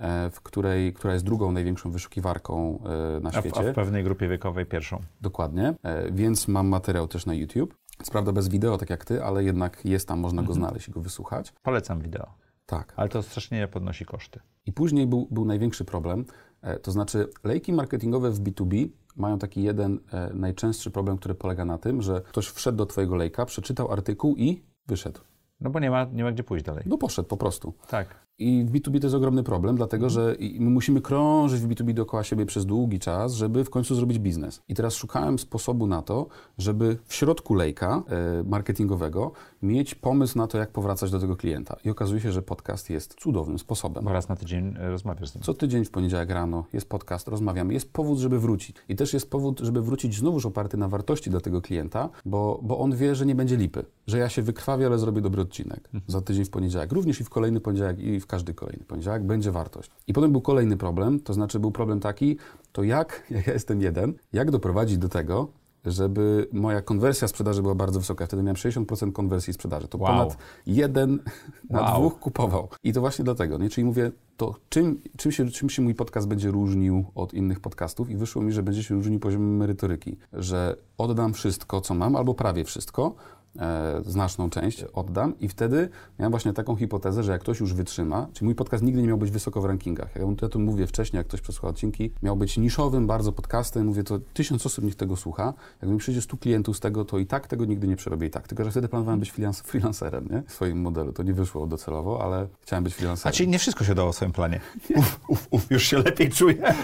która jest drugą największą wyszukiwarką na świecie. A w pewnej grupie wiekowej pierwszą. Dokładnie, więc mam materiał też na YouTube. Co prawda bez wideo, tak jak ty, ale jednak jest tam, można go znaleźć i go wysłuchać. Polecam wideo. Tak. Ale to strasznie podnosi koszty. I później był największy problem, to znaczy lejki marketingowe w B2B mają taki jeden najczęstszy problem, który polega na tym, że ktoś wszedł do twojego lejka, przeczytał artykuł i wyszedł. No bo nie ma gdzie pójść dalej. No poszedł po prostu. Tak. I w B2B to jest ogromny problem, dlatego że my musimy krążyć w B2B dookoła siebie przez długi czas, żeby w końcu zrobić biznes. I teraz szukałem sposobu na to, żeby w środku lejka marketingowego mieć pomysł na to, jak powracać do tego klienta. I okazuje się, że podcast jest cudownym sposobem. Bo raz na tydzień rozmawiasz z nim. Co tydzień w poniedziałek rano jest podcast, rozmawiamy. Jest powód, żeby wrócić. I też jest powód, żeby wrócić znowuż oparty na wartości dla tego klienta, bo on wie, że nie będzie lipy. Że ja się wykrwawię, ale zrobię dobry odcinek. Za tydzień w poniedziałek. Również i w kolejny poniedziałek i w każdy kolejny poniedziałek będzie wartość. I potem był kolejny problem, to znaczy był problem taki, to jak ja jestem jak doprowadzić do tego, żeby moja konwersja sprzedaży była bardzo wysoka. Wtedy miałem 60% konwersji sprzedaży. To ponad 1 na 2 kupował. I to właśnie dlatego. Nie? Czyli mówię, to czym się mój podcast będzie różnił od innych podcastów i wyszło mi, że będzie się różnił poziomem merytoryki. Że oddam wszystko, co mam, albo prawie wszystko, znaczną część oddam i wtedy miałem właśnie taką hipotezę, że jak ktoś już wytrzyma, czyli mój podcast nigdy nie miał być wysoko w rankingach. Ja to mówię wcześniej, jak ktoś przesłucha odcinki, miał być niszowym bardzo podcastem, mówię, to 1000 osób niech tego słucha. Jak mi przyjdzie 100 klientów z tego, to i tak tego nigdy nie przerobię i tak. Tylko że wtedy planowałem być freelancerem, nie? W swoim modelu. To nie wyszło docelowo, ale chciałem być freelancerem. A czyli nie wszystko się dało w swoim planie. Już się lepiej czuję.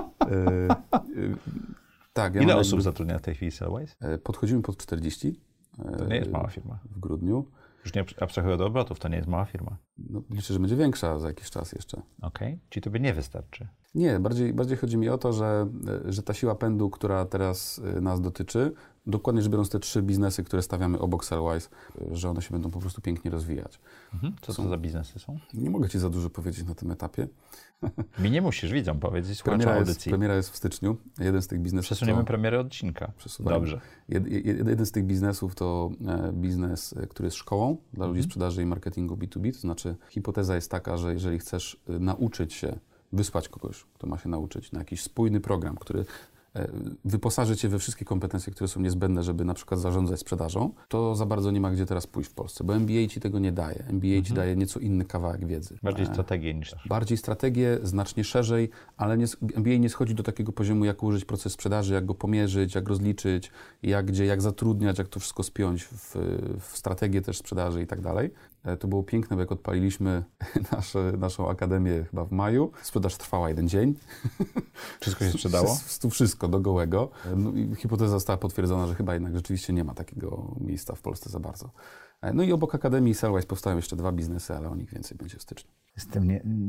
Tak. Ile osób zatrudnia w tej chwili Sellwise? Podchodzimy pod 40. To nie jest mała firma. W grudniu. Już nie abstrahuję od obrotów, to nie jest mała firma. No, liczę, że będzie większa za jakiś czas jeszcze. Okej, czyli tobie nie wystarczy. Nie, bardziej chodzi mi o to, że ta siła pędu, która teraz nas dotyczy, dokładnie rzecz biorąc te 3 biznesy, które stawiamy obok Sellwise, że one się będą po prostu pięknie rozwijać. Co to za biznesy są? Nie mogę Ci za dużo powiedzieć na tym etapie. Mi nie musisz, widzą, powiedzieć słuchaczom audycji. Premiera jest w styczniu. Jeden z tych biznesów Przesuniemy premierę odcinka. Dobrze. Jeden z tych biznesów to biznes, który jest szkołą dla ludzi sprzedaży i marketingu B2B. To znaczy hipoteza jest taka, że jeżeli chcesz nauczyć się, wysłać kogoś, kto ma się nauczyć na jakiś spójny program, który wyposaży Cię we wszystkie kompetencje, które są niezbędne, żeby na przykład zarządzać sprzedażą, to za bardzo nie ma gdzie teraz pójść w Polsce, bo MBA Ci tego nie daje. MBA Ci daje nieco inny kawałek wiedzy. Bardziej strategię niż... Bardziej strategię, znacznie szerzej, ale MBA nie schodzi do takiego poziomu, jak użyć proces sprzedaży, jak go pomierzyć, jak rozliczyć, jak zatrudniać, jak to wszystko spiąć w strategię też sprzedaży i tak dalej. To było piękne, bo jak odpaliliśmy naszą akademię chyba w maju, sprzedaż trwała 1 dzień. Wszystko się sprzedało? Wszystko, do gołego. No i hipoteza została potwierdzona, że chyba jednak rzeczywiście nie ma takiego miejsca w Polsce za bardzo. No i obok Akademii Sellwise powstają jeszcze 2 biznesy, ale o nich więcej będzie w styczniu. Jestem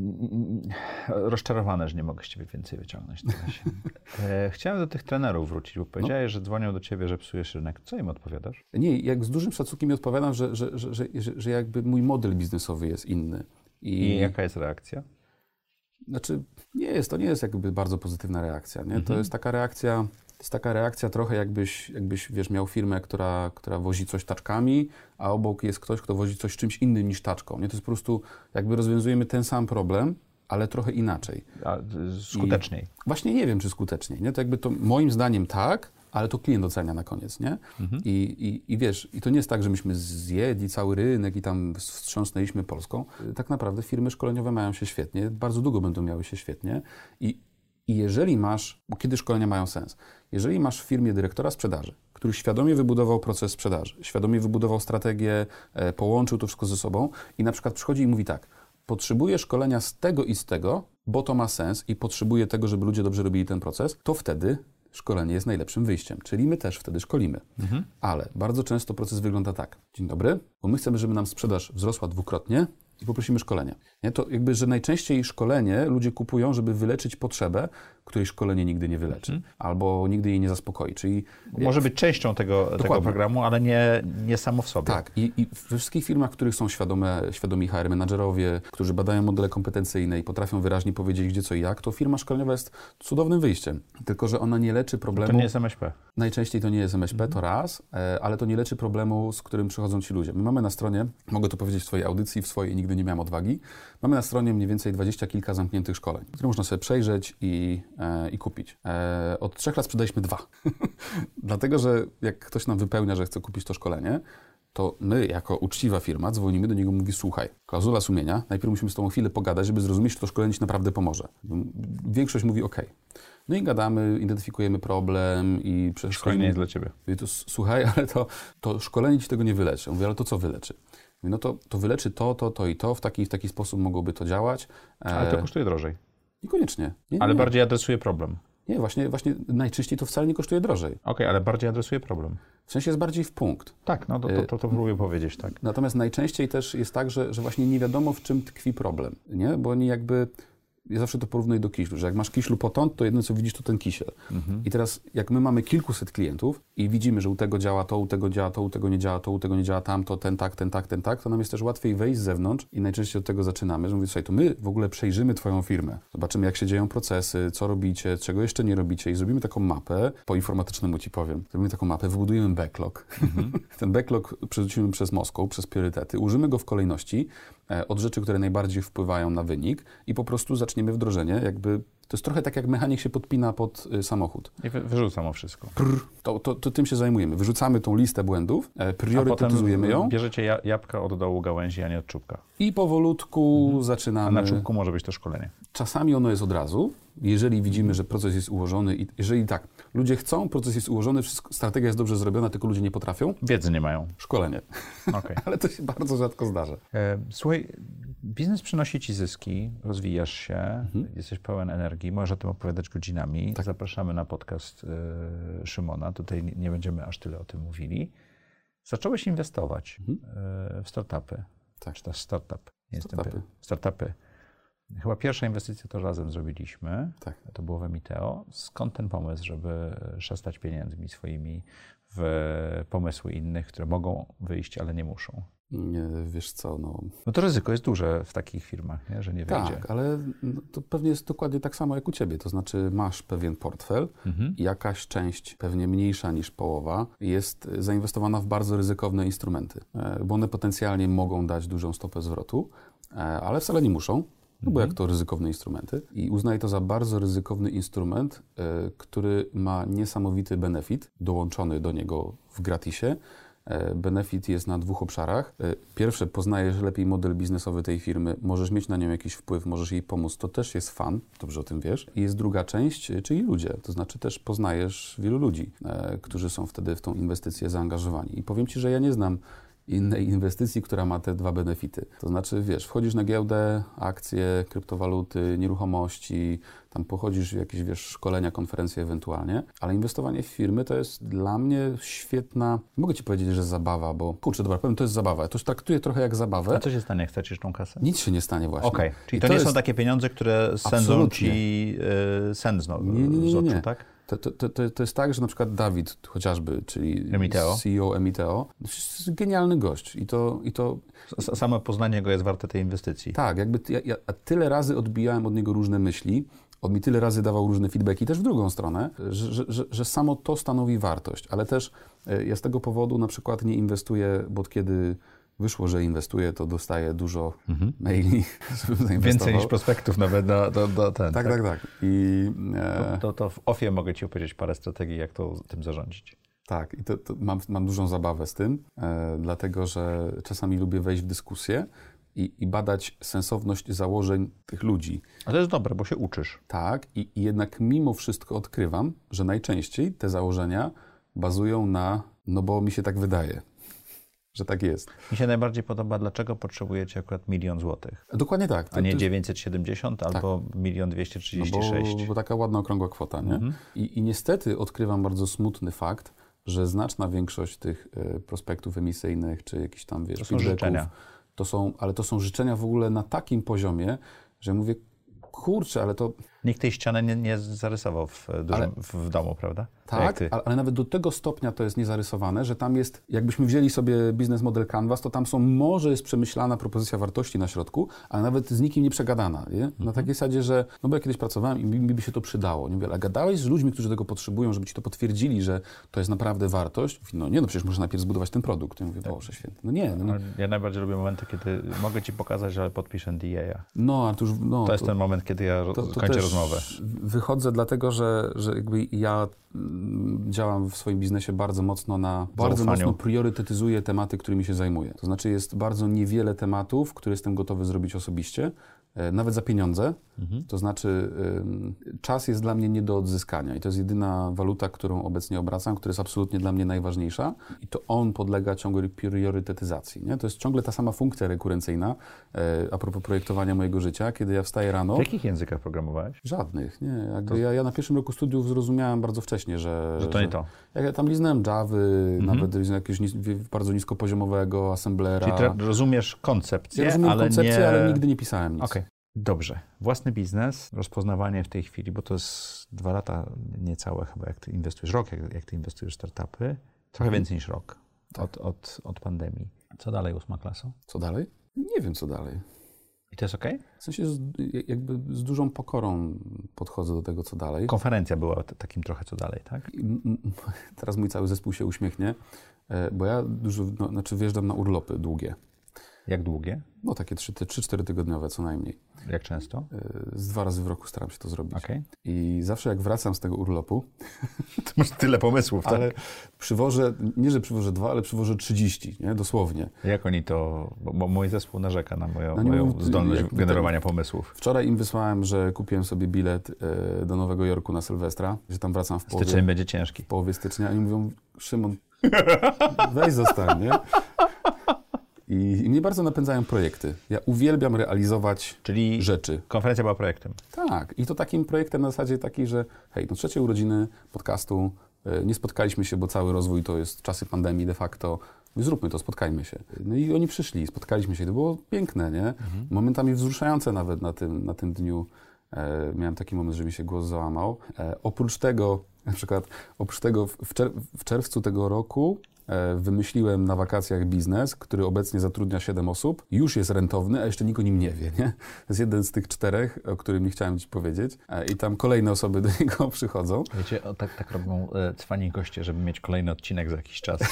rozczarowany, że nie mogę z Ciebie więcej wyciągnąć. Chciałem do tych trenerów wrócić, bo powiedziałeś, że dzwonią do Ciebie, że psujesz rynek. Co im odpowiadasz? Nie, jak z dużym szacunkiem mi odpowiadam, że jakby mój model biznesowy jest inny. I jaka jest reakcja? Znaczy, to nie jest jakby bardzo pozytywna reakcja. Nie? To jest taka reakcja trochę jakbyś wiesz, miał firmę, która wozi coś taczkami, a obok jest ktoś, kto wozi coś czymś innym niż taczką. Nie? To jest po prostu jakby rozwiązujemy ten sam problem, ale trochę inaczej. A skuteczniej? Właśnie nie wiem, czy skuteczniej. Nie? To jakby to moim zdaniem tak, ale to klient ocenia na koniec, nie? I wiesz, i to nie jest tak, że myśmy zjedli cały rynek i tam wstrząsnęliśmy Polską. Tak naprawdę firmy szkoleniowe mają się świetnie, bardzo długo będą miały się świetnie i jeżeli masz, bo kiedy szkolenia mają sens, jeżeli masz w firmie dyrektora sprzedaży, który świadomie wybudował proces sprzedaży, świadomie wybudował strategię, połączył to wszystko ze sobą i na przykład przychodzi i mówi tak, potrzebuję szkolenia z tego i z tego, bo to ma sens i potrzebuję tego, żeby ludzie dobrze robili ten proces, to wtedy szkolenie jest najlepszym wyjściem, czyli my też wtedy szkolimy. Ale bardzo często proces wygląda tak. Dzień dobry, bo my chcemy, żeby nam sprzedaż wzrosła 2-krotnie i poprosimy szkolenie. Nie? To jakby, że najczęściej szkolenie ludzie kupują, żeby wyleczyć potrzebę, której szkolenie nigdy nie wyleczy, albo nigdy jej nie zaspokoi. Czyli może być częścią tego programu, ale nie samo w sobie. Tak. I we wszystkich firmach, w których są świadomi HR menadżerowie, którzy badają modele kompetencyjne i potrafią wyraźnie powiedzieć, gdzie, co i jak, to firma szkoleniowa jest cudownym wyjściem. Tylko że ona nie leczy problemu... To nie jest MŚP. Najczęściej to nie jest MŚP, to raz, ale to nie leczy problemu, z którym przychodzą ci ludzie. My mamy na stronie, mogę to powiedzieć w Twojej audycji, w swojej nigdy nie miałem odwagi, mamy na stronie mniej więcej 20 kilka zamkniętych szkoleń, które można sobie przejrzeć i kupić. Od 3 lat sprzedaliśmy 2. Dlatego, że jak ktoś nam wypełnia, że chce kupić to szkolenie, to my, jako uczciwa firma, dzwonimy do niego i mówi, słuchaj, klauzula sumienia, najpierw musimy z tobą chwilę pogadać, żeby zrozumieć, czy to szkolenie ci naprawdę pomoże. Większość mówi OK. No i gadamy, identyfikujemy problem i... Szkolenie jest dla ciebie. Mówię, to słuchaj, ale to szkolenie ci tego nie wyleczy. Mówię, ale to co wyleczy? Mówię, no to wyleczy to i to, w taki sposób mogłoby to działać. Ale to kosztuje drożej. Niekoniecznie. Nie. Ale bardziej adresuje problem. Nie, właśnie najczęściej to wcale nie kosztuje drożej. Okej, ale bardziej adresuje problem. W sensie jest bardziej w punkt. Tak, no to próbuję powiedzieć, tak. Natomiast najczęściej też jest tak, że właśnie nie wiadomo, w czym tkwi problem, nie? Bo oni jakby... Ja zawsze to porównuję do kiślu, że jak masz kiślu potąd, to jedyne co widzisz to ten kisiel. I teraz jak my mamy kilkuset klientów i widzimy, że u tego działa to, u tego działa to, u tego nie działa to, u tego nie działa tamto, ten tak, to nam jest też łatwiej wejść z zewnątrz i najczęściej od tego zaczynamy, że mówię, słuchaj, to my w ogóle przejrzymy twoją firmę, zobaczymy jak się dzieją procesy, co robicie, czego jeszcze nie robicie i zrobimy taką mapę, po informatycznemu ci powiem, zrobimy taką mapę, wybudujemy backlog. Ten backlog przerzucimy przez Moskowę, przez priorytety, użymy go w kolejności od rzeczy, które najbardziej wpływają na wynik i po prostu zaczniemy wdrożenie, jakby to jest trochę tak, jak mechanik się podpina pod samochód. I wyrzucam o wszystko. To tym się zajmujemy. Wyrzucamy tą listę błędów, priorytetyzujemy ją. Bierzecie jabłka od dołu gałęzi, a nie od czubka. I powolutku zaczynamy. A na czubku może być to szkolenie. Czasami ono jest od razu, jeżeli widzimy, że proces jest ułożony i jeżeli tak, ludzie chcą, proces jest ułożony, strategia jest dobrze zrobiona, tylko ludzie nie potrafią. Wiedzy nie mają. Szkolenie. Okay. Ale to się bardzo rzadko zdarza. Słuchaj, biznes przynosi ci zyski, rozwijasz się, jesteś pełen energii, możesz o tym opowiadać godzinami. Tak. Zapraszamy na podcast Szymona, tutaj nie będziemy aż tyle o tym mówili. Zacząłeś inwestować w startupy, tak. czy też startup. Startupy. Chyba pierwsza inwestycja to razem zrobiliśmy. Tak. To było w Emiteo. Skąd ten pomysł, żeby szastać pieniędzmi swoimi w pomysły innych, które mogą wyjść, ale nie muszą? Nie, wiesz co, No to ryzyko jest duże w takich firmach, nie? Że nie wyjdzie. Tak, ale to pewnie jest dokładnie tak samo jak u ciebie. To znaczy masz pewien portfel i jakaś część, pewnie mniejsza niż połowa, jest zainwestowana w bardzo ryzykowne instrumenty, bo one potencjalnie mogą dać dużą stopę zwrotu, ale wcale nie muszą. No bo jak to ryzykowne instrumenty. I uznaj to za bardzo ryzykowny instrument, który ma niesamowity benefit dołączony do niego w gratisie. Benefit jest na 2 obszarach. Pierwsze, poznajesz lepiej model biznesowy tej firmy, możesz mieć na nią jakiś wpływ, możesz jej pomóc, to też jest fun, dobrze o tym wiesz. I jest druga część, czyli ludzie, to znaczy też poznajesz wielu ludzi, którzy są wtedy w tą inwestycję zaangażowani. I powiem Ci, że ja nie znam innej inwestycji, która ma te 2 benefity. To znaczy, wiesz, wchodzisz na giełdę, akcje, kryptowaluty, nieruchomości, tam pochodzisz w jakieś, wiesz, szkolenia, konferencje ewentualnie, ale inwestowanie w firmy to jest dla mnie świetna, mogę Ci powiedzieć, że zabawa, bo kurczę, dobra, powiem, to jest zabawa. Ja to już traktuję trochę jak zabawę. A co się stanie, jak stracisz tą kasę? Nic się nie stanie właśnie. Okej, czyli to nie są takie pieniądze, które sędzą Ci sen z oczu, tak? To jest tak, że na przykład Dawid chociażby, czyli Emiteo. CEO Emiteo, to jest genialny gość i to... Same poznanie go jest warte tej inwestycji. Tak, jakby ja tyle razy odbijałem od niego różne myśli, on mi tyle razy dawał różne feedbacki, też w drugą stronę, że samo to stanowi wartość, ale też ja z tego powodu na przykład nie inwestuję, bo kiedy wyszło, że inwestuję, to dostaję dużo maili, żebym zainwestował. Więcej niż prospektów nawet do ten. Tak. To w OFIE mogę Ci opowiedzieć parę strategii, jak tym zarządzić. Tak, i to mam dużą zabawę z tym, dlatego że czasami lubię wejść w dyskusję i badać sensowność założeń tych ludzi. A to jest dobre, bo się uczysz. Tak, i jednak mimo wszystko odkrywam, że najczęściej te założenia bazują na, no bo mi się tak wydaje, że tak jest. Mi się najbardziej podoba, dlaczego potrzebujecie akurat 1 000 000 złotych. Dokładnie tak. A nie 970 albo 1 236 000. Bo taka ładna, okrągła kwota, nie? I niestety odkrywam bardzo smutny fakt, że znaczna większość tych prospektów emisyjnych, czy jakichś tam, wiesz, to są życzenia. Ale to są życzenia w ogóle na takim poziomie, że mówię, kurczę, ale to... Nikt tej ściany nie zarysował w domu, prawda? Tak, ale nawet do tego stopnia to jest niezarysowane, że tam jest, jakbyśmy wzięli sobie biznes model Canvas, to tam może jest przemyślana propozycja wartości na środku, ale nawet z nikim nie przegadana. Nie? Na takiej zasadzie, że, no bo ja kiedyś pracowałem i mi by się to przydało. Nie mówię, ale gadałeś z ludźmi, którzy tego potrzebują, żeby ci to potwierdzili, że to jest naprawdę wartość. Mówi, no przecież muszę najpierw zbudować ten produkt. Ja mówię, Boże święty. No nie. Ja najbardziej lubię momenty, kiedy mogę Ci pokazać, że podpiszę NDA. To jest ten moment, kiedy ja kończę rozmowę. Wychodzę dlatego, że jakby ja działam w swoim biznesie bardzo mocno priorytetyzuję tematy, którymi się zajmuję. To znaczy jest bardzo niewiele tematów, które jestem gotowy zrobić osobiście, nawet za pieniądze. To znaczy czas jest dla mnie nie do odzyskania i to jest jedyna waluta, którą obecnie obracam, która jest absolutnie dla mnie najważniejsza i to on podlega ciągłej priorytetyzacji. Nie? To jest ciągle ta sama funkcja rekurencyjna a propos projektowania mojego życia, kiedy ja wstaję rano. W jakich językach programowałeś? Żadnych. Nie. Ja na pierwszym roku studiów zrozumiałem bardzo wcześnie, że to nie to. Ja tam liznąłem Javy, nawet jakiegoś bardzo niskopoziomowego assemblera. Czyli rozumiesz koncepcję, ja rozumiem koncepcję, ale nigdy nie pisałem nic. Okay. Dobrze. Własny biznes, rozpoznawanie w tej chwili, bo to jest 2 lata niecałe chyba, jak Ty inwestujesz, rok, jak Ty inwestujesz w startupy, trochę więcej niż rok od pandemii. Co dalej 8 klasa? Co dalej? Nie wiem, co dalej. I to jest okej? W sensie jakby z dużą pokorą podchodzę do tego, co dalej. Konferencja była takim trochę co dalej, tak? Teraz mój cały zespół się uśmiechnie, bo ja wjeżdżam na urlopy długie. Jak długie? No takie 3-4 tygodniowe co najmniej. Jak często? Z 2 razy w roku staram się to zrobić. Okay. I zawsze jak wracam z tego urlopu... To masz tyle pomysłów, ale tak? Nie że przywożę 2, ale przywożę 30, nie? Dosłownie. Jak oni to... Bo mój zespół narzeka na moją zdolność generowania pomysłów. Wczoraj im wysłałem, że kupiłem sobie bilet do Nowego Jorku na Sylwestra, że tam wracam w połowie... Styczeń będzie ciężki. W połowie stycznia. Oni mówią, Szymon, weź zostań, nie? I mnie bardzo napędzają projekty. Ja uwielbiam realizować rzeczy. Konferencja była projektem. Tak. I to takim projektem na zasadzie takiej, że hej, 3 urodziny podcastu, nie spotkaliśmy się, bo cały rozwój to jest czasy pandemii de facto. Zróbmy to, spotkajmy się. No i oni przyszli, spotkaliśmy się, to było piękne, nie? Momentami wzruszające nawet na tym dniu. Miałem taki moment, że mi się głos załamał. Oprócz tego w czerwcu tego roku wymyśliłem na wakacjach biznes, który obecnie zatrudnia 7 osób, już jest rentowny, a jeszcze nikt o nim nie wie, nie? To jest jeden z tych 4, o którym nie chciałem ci powiedzieć. I tam kolejne osoby do niego przychodzą. Wiecie, tak robią cwani goście, żeby mieć kolejny odcinek za jakiś czas.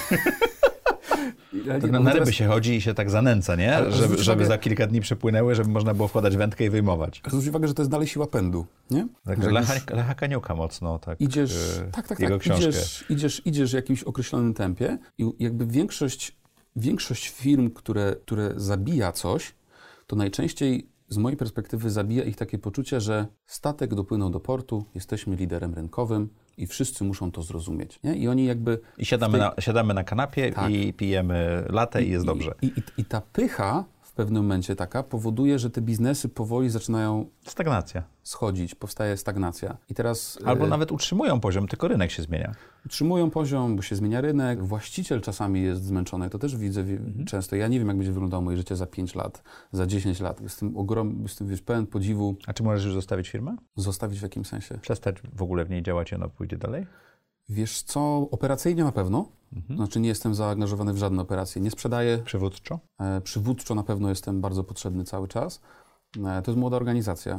Na ryby się chodzi i się tak zanęca, nie? Żeby za kilka dni przepłynęły, żeby można było wkładać wędkę i wyjmować. Zwróć uwagę, że to jest dalej siła pędu, nie? Także Lecha Kaniuka mocno, tak. Idziesz, jego książkę. Idziesz w jakimś określonym tempie i jakby większość firm, które zabija coś, to najczęściej z mojej perspektywy zabija ich takie poczucie, że statek dopłynął do portu, jesteśmy liderem rynkowym i wszyscy muszą to zrozumieć. Nie? I oni jakby... I siadamy na kanapie i pijemy latte i jest dobrze. I ta pycha w pewnym momencie taka powoduje, że te biznesy powoli zaczynają... Stagnacja. Schodzić, powstaje stagnacja. I teraz... Albo nawet utrzymują poziom, tylko rynek się zmienia. Utrzymują poziom, bo się zmienia rynek. Właściciel czasami jest zmęczony. To też widzę często. Ja nie wiem, jak będzie wyglądało moje życie za 5 lat, za 10 lat. Jestem pełen podziwu. A czy możesz już zostawić firmę? Zostawić w jakim sensie? Przestać w ogóle w niej działać i ona pójdzie dalej? Wiesz co, operacyjnie na pewno. Znaczy nie jestem zaangażowany w żadne operacje. Nie sprzedaję. Przywódczo? Przywódczo na pewno jestem bardzo potrzebny cały czas. To jest młoda organizacja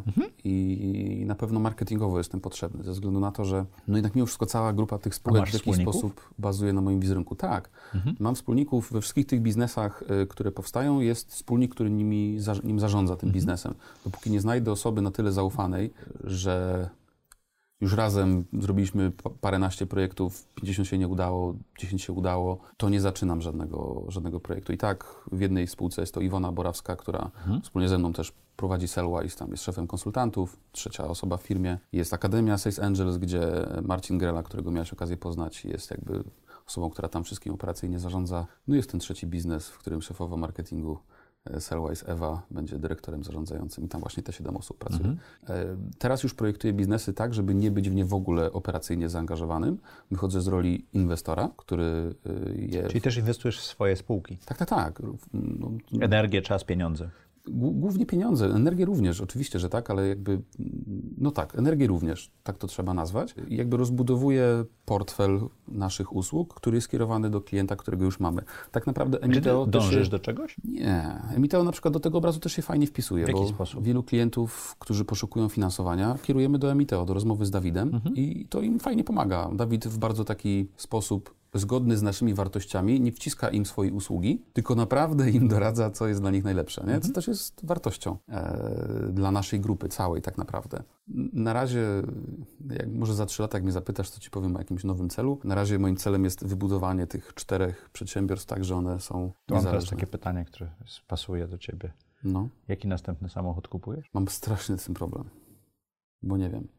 i na pewno marketingowo jestem potrzebny, ze względu na to, że no jednak mimo wszystko cała grupa tych spółek w jakiś sposób bazuje na moim wizerunku. Tak, mam wspólników we wszystkich tych biznesach, które powstają, jest wspólnik, który nim zarządza tym biznesem. Dopóki nie znajdę osoby na tyle zaufanej, że już razem zrobiliśmy paręnaście projektów, 50 się nie udało, 10 się udało, to nie zaczynam żadnego projektu. I tak w jednej spółce jest to Iwona Borawska, która wspólnie ze mną też prowadzi Sellwise, tam jest szefem konsultantów, trzecia osoba w firmie. Jest Akademia Sales Angels, gdzie Marcin Grela, którego miałeś okazję poznać, jest jakby osobą, która tam wszystkim operacyjnie zarządza. No i jest ten trzeci biznes, w którym szefowa marketingu Sellwise Ewa będzie dyrektorem zarządzającym i tam właśnie te 7 osób pracuje. Teraz już projektuję biznesy tak, żeby nie być w nie w ogóle operacyjnie zaangażowanym. Wychodzę z roli inwestora, który je... Czyli też inwestujesz w swoje spółki? Tak. No, energię, czas, pieniądze. Głównie pieniądze, energię również, oczywiście, że tak, ale jakby, no tak, energię również, tak to trzeba nazwać. I jakby rozbudowuję portfel naszych usług, który jest skierowany do klienta, którego już mamy. Tak naprawdę Emiteo... Czy dążysz do czegoś? Nie. Emiteo na przykład do tego obrazu też się fajnie wpisuje. W jaki sposób? Wielu klientów, którzy poszukują finansowania, kierujemy do Emiteo, do rozmowy z Dawidem i to im fajnie pomaga. Dawid w bardzo taki sposób zgodny z naszymi wartościami, nie wciska im swojej usługi, tylko naprawdę im doradza, co jest dla nich najlepsze. Nie? Co też jest wartością dla naszej grupy całej tak naprawdę. Na razie, jak może za 3 lata, jak mnie zapytasz, to ci powiem o jakimś nowym celu. Na razie moim celem jest wybudowanie tych 4 przedsiębiorstw tak, że one są to mam też takie pytanie, które pasuje do ciebie. No. Jaki następny samochód kupujesz? Mam straszny z tym problem, bo nie wiem.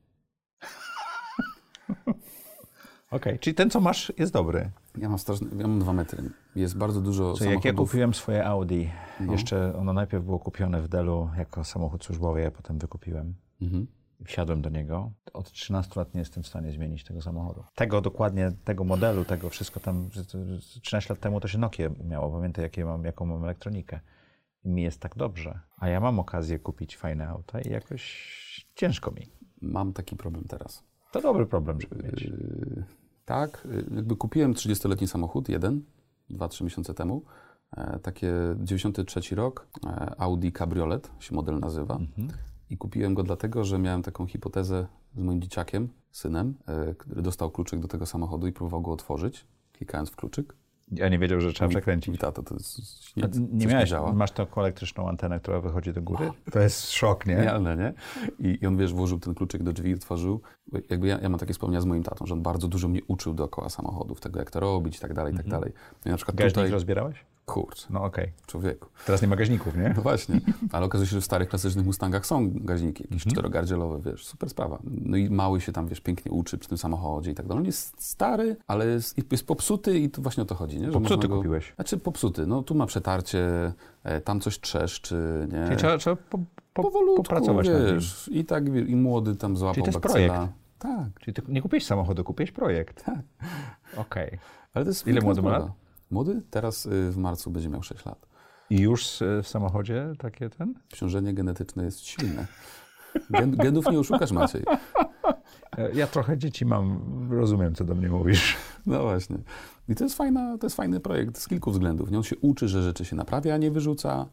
Okej, czyli ten, co masz, jest dobry. Ja mam 2 metry. Jest bardzo dużo samochodów. Jak ja kupiłem swoje Audi, jeszcze ono najpierw było kupione w Delu jako samochód służbowy, ja potem wykupiłem. Wsiadłem do niego. Od 13 lat nie jestem w stanie zmienić tego samochodu. Tego modelu, tego wszystko tam, 13 lat temu to się Nokia miało. Pamiętaj, jaką mam elektronikę. I mi jest tak dobrze. A ja mam okazję kupić fajne auta i jakoś ciężko mi. Mam taki problem teraz. To dobry problem, żeby mieć. Tak, jakby kupiłem 30-letni samochód, 2-3 miesiące temu. Takie 93 rok, Audi Cabriolet się model nazywa. I kupiłem go dlatego, że miałem taką hipotezę z moim dzieciakiem, synem, który dostał kluczyk do tego samochodu i próbował go otworzyć, klikając w kluczyk. Ja nie wiedział, że trzeba przekręcić. Tato, to jest masz taką elektryczną antenę, która wychodzi do góry? To jest szok, nie? Genialne, nie? I on, włożył ten kluczyk do drzwi i otworzył. Jakby ja mam takie wspomnienia z moim tatą, że on bardzo dużo mnie uczył dookoła samochodów, tego jak to robić i tak dalej, i tak dalej. No i na przykład gaźnik rozbierałeś? Kurczę. No okej. Człowieku. Teraz nie ma gaźników, nie? No właśnie. Ale okazuje się, że w starych, klasycznych Mustangach są gaźniki, jakieś 4-gardzielowe, super sprawa. No i mały się tam, pięknie uczy przy tym samochodzie i tak dalej. On jest stary, ale jest popsuty i tu właśnie o to chodzi, nie? Że popsuty kupiłeś? Znaczy popsuty. No tu ma przetarcie, tam coś trzeszczy, nie? Czyli trzeba powolutku, popracować wiesz. I tak, i młody tam złapał Czyli to jest bakcyla. projekt. Tak. Czyli ty nie kupiłeś samochodu, kupiłeś projekt. Tak. Okej. Ale to jest ile młody ma lat? Młody? Teraz w marcu będzie miał 6 lat. I już w samochodzie takie ten? Obciążenie genetyczne jest silne. Genów nie oszukasz, Maciej. Ja trochę dzieci mam, rozumiem, co do mnie mówisz. No właśnie. I to jest fajny projekt z kilku względów. On się uczy, że rzeczy się naprawia, a nie wyrzuca.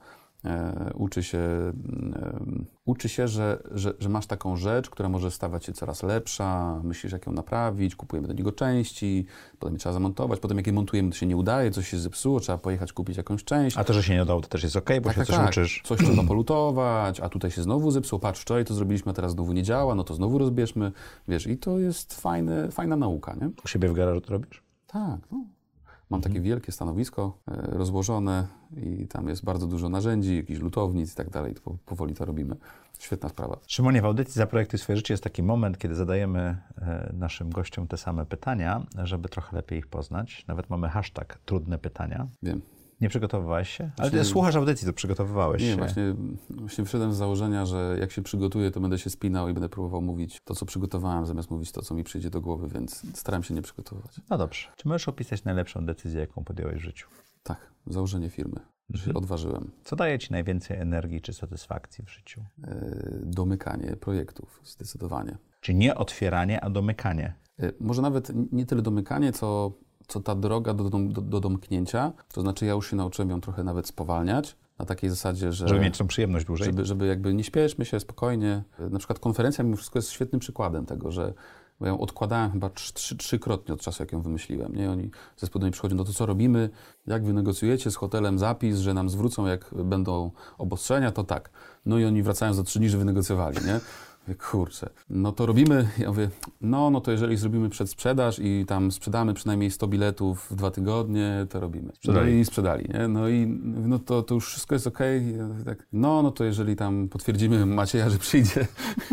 Uczy się, że masz taką rzecz, która może stawać się coraz lepsza, myślisz, jak ją naprawić, kupujemy do niego części, potem je trzeba zamontować, potem jak je montujemy, to się nie udaje, coś się zepsuło, trzeba pojechać kupić jakąś część. A to, że się nie udało, to też jest okej, bo się coś uczysz. Coś trzeba polutować, a tutaj się znowu zepsuło, patrz, wczoraj to zrobiliśmy, a teraz znowu nie działa, no to znowu rozbierzmy, wiesz, i to jest fajna nauka, nie? U siebie w garażu to robisz? Tak, no. Mam takie wielkie stanowisko rozłożone i tam jest bardzo dużo narzędzi, jakichś lutownic i tak dalej. Powoli to robimy. Świetna sprawa. Szymonie, w audycji Zaprojektuj swoje życie jest taki moment, kiedy zadajemy naszym gościom te same pytania, żeby trochę lepiej ich poznać. Nawet mamy hashtag trudne pytania. Wiem. Nie przygotowywałeś się? Ale ty słuchasz audycji, to przygotowywałeś się. Nie, właśnie wszedłem z założenia, że jak się przygotuję, to będę się spinał i będę próbował mówić to, co przygotowałem, zamiast mówić to, co mi przyjdzie do głowy, więc staram się nie przygotowywać. No dobrze. Czy możesz opisać najlepszą decyzję, jaką podjąłeś w życiu? Tak, założenie firmy, że się odważyłem. Co daje ci najwięcej energii czy satysfakcji w życiu? Domykanie projektów, zdecydowanie. Czyli nie otwieranie, a domykanie. Może nawet nie tyle domykanie, co ta droga do domknięcia, to znaczy ja już się nauczyłem ją trochę nawet spowalniać, na takiej zasadzie, że... Żeby mieć tą przyjemność dłużej. Żeby jakby nie śpieszmy się, spokojnie. Na przykład konferencja mimo wszystko jest świetnym przykładem tego, że bo ją odkładałem chyba trzykrotnie od czasu, jak ją wymyśliłem. Nie? Zespół do mnie przychodzi, no to co robimy? Jak wy negocjujecie z hotelem zapis, że nam zwrócą, jak będą obostrzenia, to tak. No i oni wracają za 3 dni, że wynegocjowali, nie? Mówię, kurczę, no to robimy, ja mówię, no to jeżeli zrobimy przedsprzedaż i tam sprzedamy przynajmniej 100 biletów w 2 tygodnie, to robimy. Sprzedali. No i sprzedali, nie? No i no to już wszystko jest okej. Ja mówię, tak, no to jeżeli tam potwierdzimy Macieja, że przyjdzie,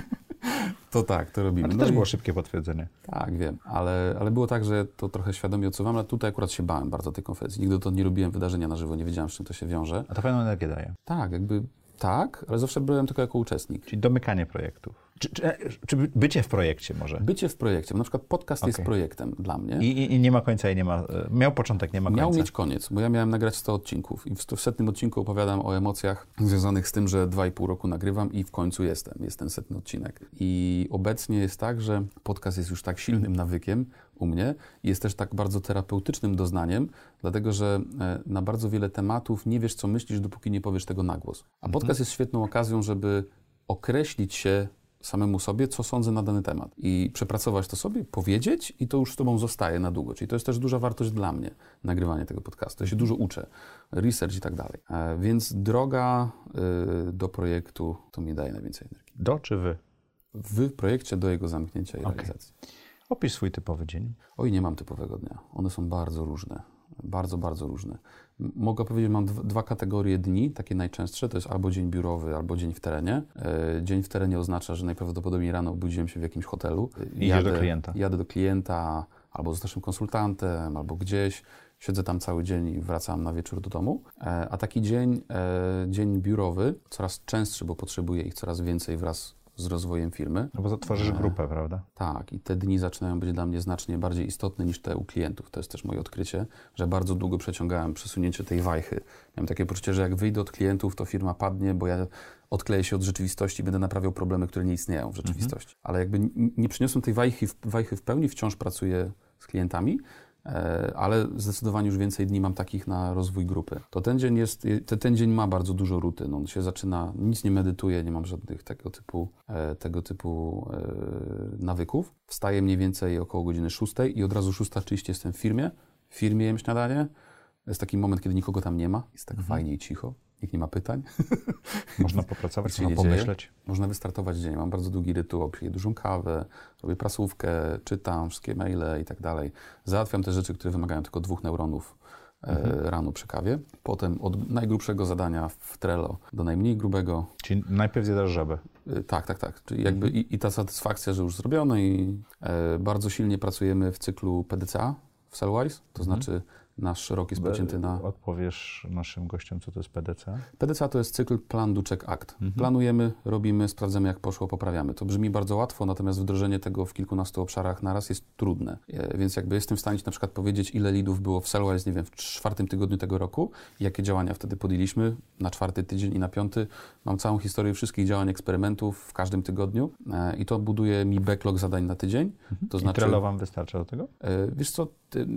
to tak, to robimy. A to też było szybkie potwierdzenie. Tak, wiem, ale było tak, że to trochę świadomie odsuwam, ale tutaj akurat się bałem bardzo tej konferencji. Nigdy to nie robiłem wydarzenia na żywo, nie wiedziałem, z czym to się wiąże. A to fajną energię daje. Tak, tak, ale zawsze byłem tylko jako uczestnik. Czyli domykanie projektów. Czy bycie w projekcie może? Bycie w projekcie, bo na przykład podcast jest projektem dla mnie. I nie ma końca i nie ma... Miał początek, nie ma końca. Miał mieć koniec, bo ja miałem nagrać 100 odcinków i w 100 odcinku opowiadam o emocjach związanych z tym, że 2,5 roku nagrywam i w końcu jest ten 100 odcinek. I obecnie jest tak, że podcast jest już tak silnym nawykiem u mnie i jest też tak bardzo terapeutycznym doznaniem, dlatego że na bardzo wiele tematów nie wiesz, co myślisz, dopóki nie powiesz tego na głos. A podcast jest świetną okazją, żeby określić się samemu sobie, co sądzę na dany temat. I przepracować to sobie, powiedzieć i to już z tobą zostaje na długo. Czyli to jest też duża wartość dla mnie, nagrywanie tego podcastu. Ja się dużo uczę, research i tak dalej. Więc droga do projektu to mi daje najwięcej energii. Do czy wy? W projekcie do jego zamknięcia i realizacji. Opisz swój typowy dzień. Oj, nie mam typowego dnia. One są bardzo różne. Bardzo, bardzo różne. Mogę powiedzieć, że mam 2 kategorie dni, takie najczęstsze, to jest albo dzień biurowy, albo dzień w terenie. Dzień w terenie oznacza, że najprawdopodobniej rano obudziłem się w jakimś hotelu. Idziesz do klienta. Jadę do klienta, albo z naszym konsultantem, albo gdzieś. Siedzę tam cały dzień i wracam na wieczór do domu. A taki dzień biurowy, coraz częstszy, bo potrzebuję ich coraz więcej wraz z rozwojem firmy. No bo tworzysz grupę, prawda? Tak, i te dni zaczynają być dla mnie znacznie bardziej istotne niż te u klientów. To jest też moje odkrycie, że bardzo długo przeciągałem przesunięcie tej wajchy. Miałem takie poczucie, że jak wyjdę od klientów, to firma padnie, bo ja odkleję się od rzeczywistości i będę naprawiał problemy, które nie istnieją w rzeczywistości. Ale jakby nie przyniosłem tej wajchy w pełni, wciąż pracuję z klientami, ale zdecydowanie już więcej dni mam takich na rozwój grupy. To ten dzień ma bardzo dużo rutyn. On się zaczyna, nic nie medytuję, nie mam żadnych tego typu nawyków. Wstaję mniej więcej około godziny 6 i od razu 6:30 jestem w firmie. W firmie jem śniadanie. Jest taki moment, kiedy nikogo tam nie ma. Jest tak fajnie i cicho. Nikt nie ma pytań. Można popracować, można pomyśleć. Można wystartować dzień. Mam bardzo długi rytuał. Piję dużą kawę, robię prasówkę, czytam wszystkie maile i tak dalej. Załatwiam te rzeczy, które wymagają tylko 2 neuronów rano przy kawie. Potem od najgrubszego zadania w Trello do najmniej grubego. Czyli najpierw zjadasz żabę. Tak. Czyli jakby i ta satysfakcja, że już zrobione i bardzo silnie pracujemy w cyklu PDCA w Sellwise. To znaczy Nasz rok jest pocięty na... Odpowiesz naszym gościom, co to jest PDCA? PDCA to jest cykl Plan, Do, Check, Act. Planujemy, robimy, sprawdzamy jak poszło, poprawiamy. To brzmi bardzo łatwo, natomiast wdrożenie tego w kilkunastu obszarach naraz jest trudne. Więc jakby jestem w stanie Ci na przykład powiedzieć, ile leadów było w Sellwise, nie wiem, w 4. tygodniu tego roku, jakie działania wtedy podjęliśmy na 4. tydzień i na 5. Mam całą historię wszystkich działań, eksperymentów w każdym tygodniu i to buduje mi backlog zadań na tydzień. To znaczy, Trello Wam wystarcza do tego? Wiesz co,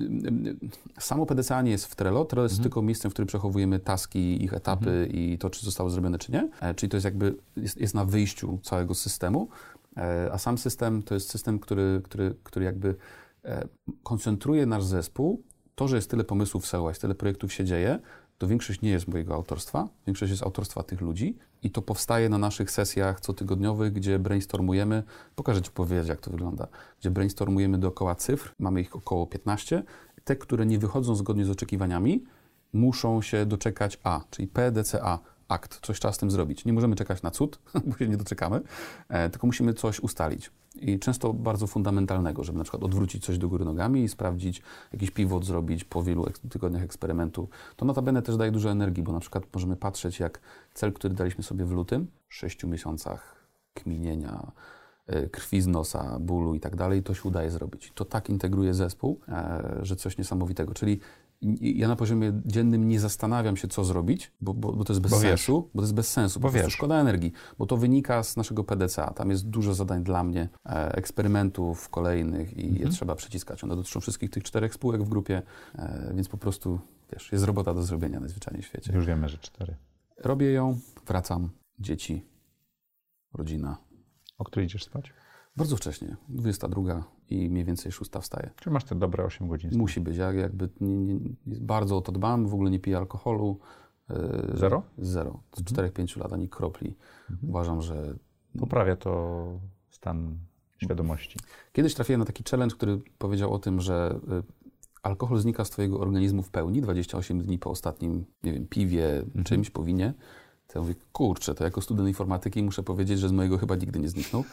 samo PDCA nie jest w Trello. Trello jest tylko miejscem, w którym przechowujemy taski, ich etapy i to, czy zostało zrobione, czy nie. Czyli to jest jakby, jest na wyjściu całego systemu, a sam system to jest system, który jakby koncentruje nasz zespół. To, że jest tyle pomysłów w Sellwise, tyle projektów się dzieje, to większość nie jest mojego autorstwa, większość jest autorstwa tych ludzi i to powstaje na naszych sesjach cotygodniowych, gdzie brainstormujemy, pokażę Ci powiedzieć, jak to wygląda, gdzie brainstormujemy dookoła cyfr, mamy ich około 15, te, które nie wychodzą zgodnie z oczekiwaniami, muszą się doczekać A, czyli PDCA, akt, coś trzeba z tym zrobić. Nie możemy czekać na cud, bo się nie doczekamy, tylko musimy coś ustalić. I często bardzo fundamentalnego, żeby na przykład odwrócić coś do góry nogami i sprawdzić, jakiś pivot zrobić po wielu tygodniach eksperymentu. To notabene też daje dużo energii, bo na przykład możemy patrzeć, jak cel, który daliśmy sobie w lutym, 6 miesiącach kminienia, krwi z nosa, bólu i tak dalej, to się udaje zrobić. To tak integruje zespół, że coś niesamowitego. Czyli ja na poziomie dziennym nie zastanawiam się, co zrobić, bo to jest bez sensu. Bo to jest bez sensu, po prostu szkoda energii, bo to wynika z naszego PDCA. Tam jest dużo zadań dla mnie, eksperymentów kolejnych i je trzeba przyciskać. One dotyczą wszystkich tych 4 spółek w grupie, więc po prostu, wiesz, jest robota do zrobienia najzwyczajniej w świecie. Już wiemy, że 4. Robię ją, wracam, dzieci, rodzina. O której idziesz spać? Bardzo wcześnie, 22 i mniej więcej 6 wstaję. Czy masz te dobre 8 godzin snu? Musi być, ja jakby bardzo o to dbam, w ogóle nie piję alkoholu. Zero? Zero. Z 4-5 lat ani kropli. Uważam, że... Poprawia to stan świadomości. Kiedyś trafiłem na taki challenge, który powiedział o tym, że alkohol znika z twojego organizmu w pełni 28 dni po ostatnim, nie wiem, piwie, czymś po winie. To ja mówię, kurczę, to jako student informatyki muszę powiedzieć, że z mojego chyba nigdy nie zniknął.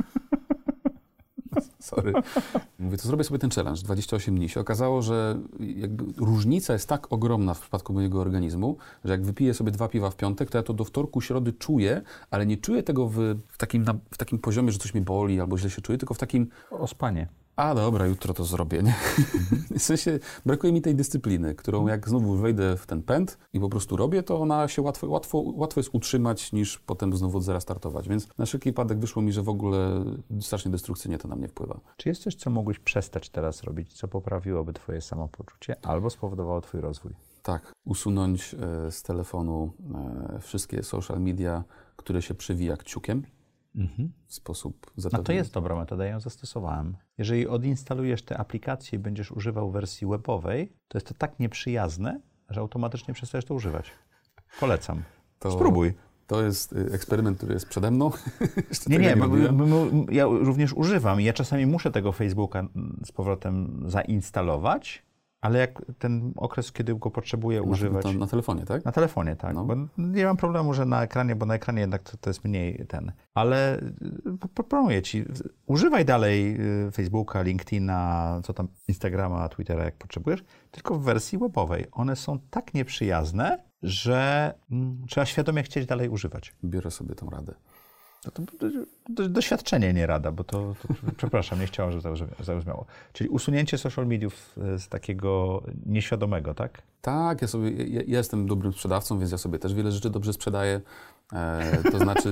Sorry. Mówię, to zrobię sobie ten challenge, 28 dni. Się okazało, że jakby różnica jest tak ogromna w przypadku mojego organizmu, że jak wypiję sobie 2 piwa w piątek, to ja to do wtorku, środy czuję, ale nie czuję tego w takim poziomie, że coś mnie boli albo źle się czuję, tylko w takim... Ospanie. A dobra, jutro to zrobię, nie? W sensie brakuje mi tej dyscypliny, którą jak znowu wejdę w ten pęd i po prostu robię, to ona się łatwo jest utrzymać, niż potem znowu od zera startować. Więc na wszelki wypadek wyszło mi, że w ogóle strasznie destrukcyjnie to na mnie wpływa. Czy jest coś, co mógłbyś przestać teraz robić, co poprawiłoby twoje samopoczucie albo spowodowało twój rozwój? Tak, usunąć z telefonu wszystkie social media, które się przywija kciukiem. W sposób zapewniony. No to jest dobra metoda, ja ją zastosowałem. Jeżeli odinstalujesz te aplikacje i będziesz używał wersji webowej, to jest to tak nieprzyjazne, że automatycznie przestajesz to używać. Polecam. Spróbuj. To jest eksperyment, który jest przede mną. Nie, ja również używam i ja czasami muszę tego Facebooka z powrotem zainstalować, ale jak ten okres, kiedy go potrzebuję używać... Na telefonie, tak? Na telefonie, tak. No. Bo nie mam problemu, że na ekranie, bo na ekranie jednak to jest mniej ten. Ale proponuję Ci, używaj dalej Facebooka, LinkedIna, co tam, Instagrama, Twittera, jak potrzebujesz, tylko w wersji webowej. One są tak nieprzyjazne, że trzeba świadomie chcieć dalej używać. Biorę sobie tą radę. To doświadczenie, nie rada, bo to przepraszam, nie chciałem, żeby to zabrzmiało. Czyli usunięcie social mediów z takiego nieświadomego, tak? Tak, ja jestem dobrym sprzedawcą, więc ja sobie też wiele rzeczy dobrze sprzedaję. To znaczy...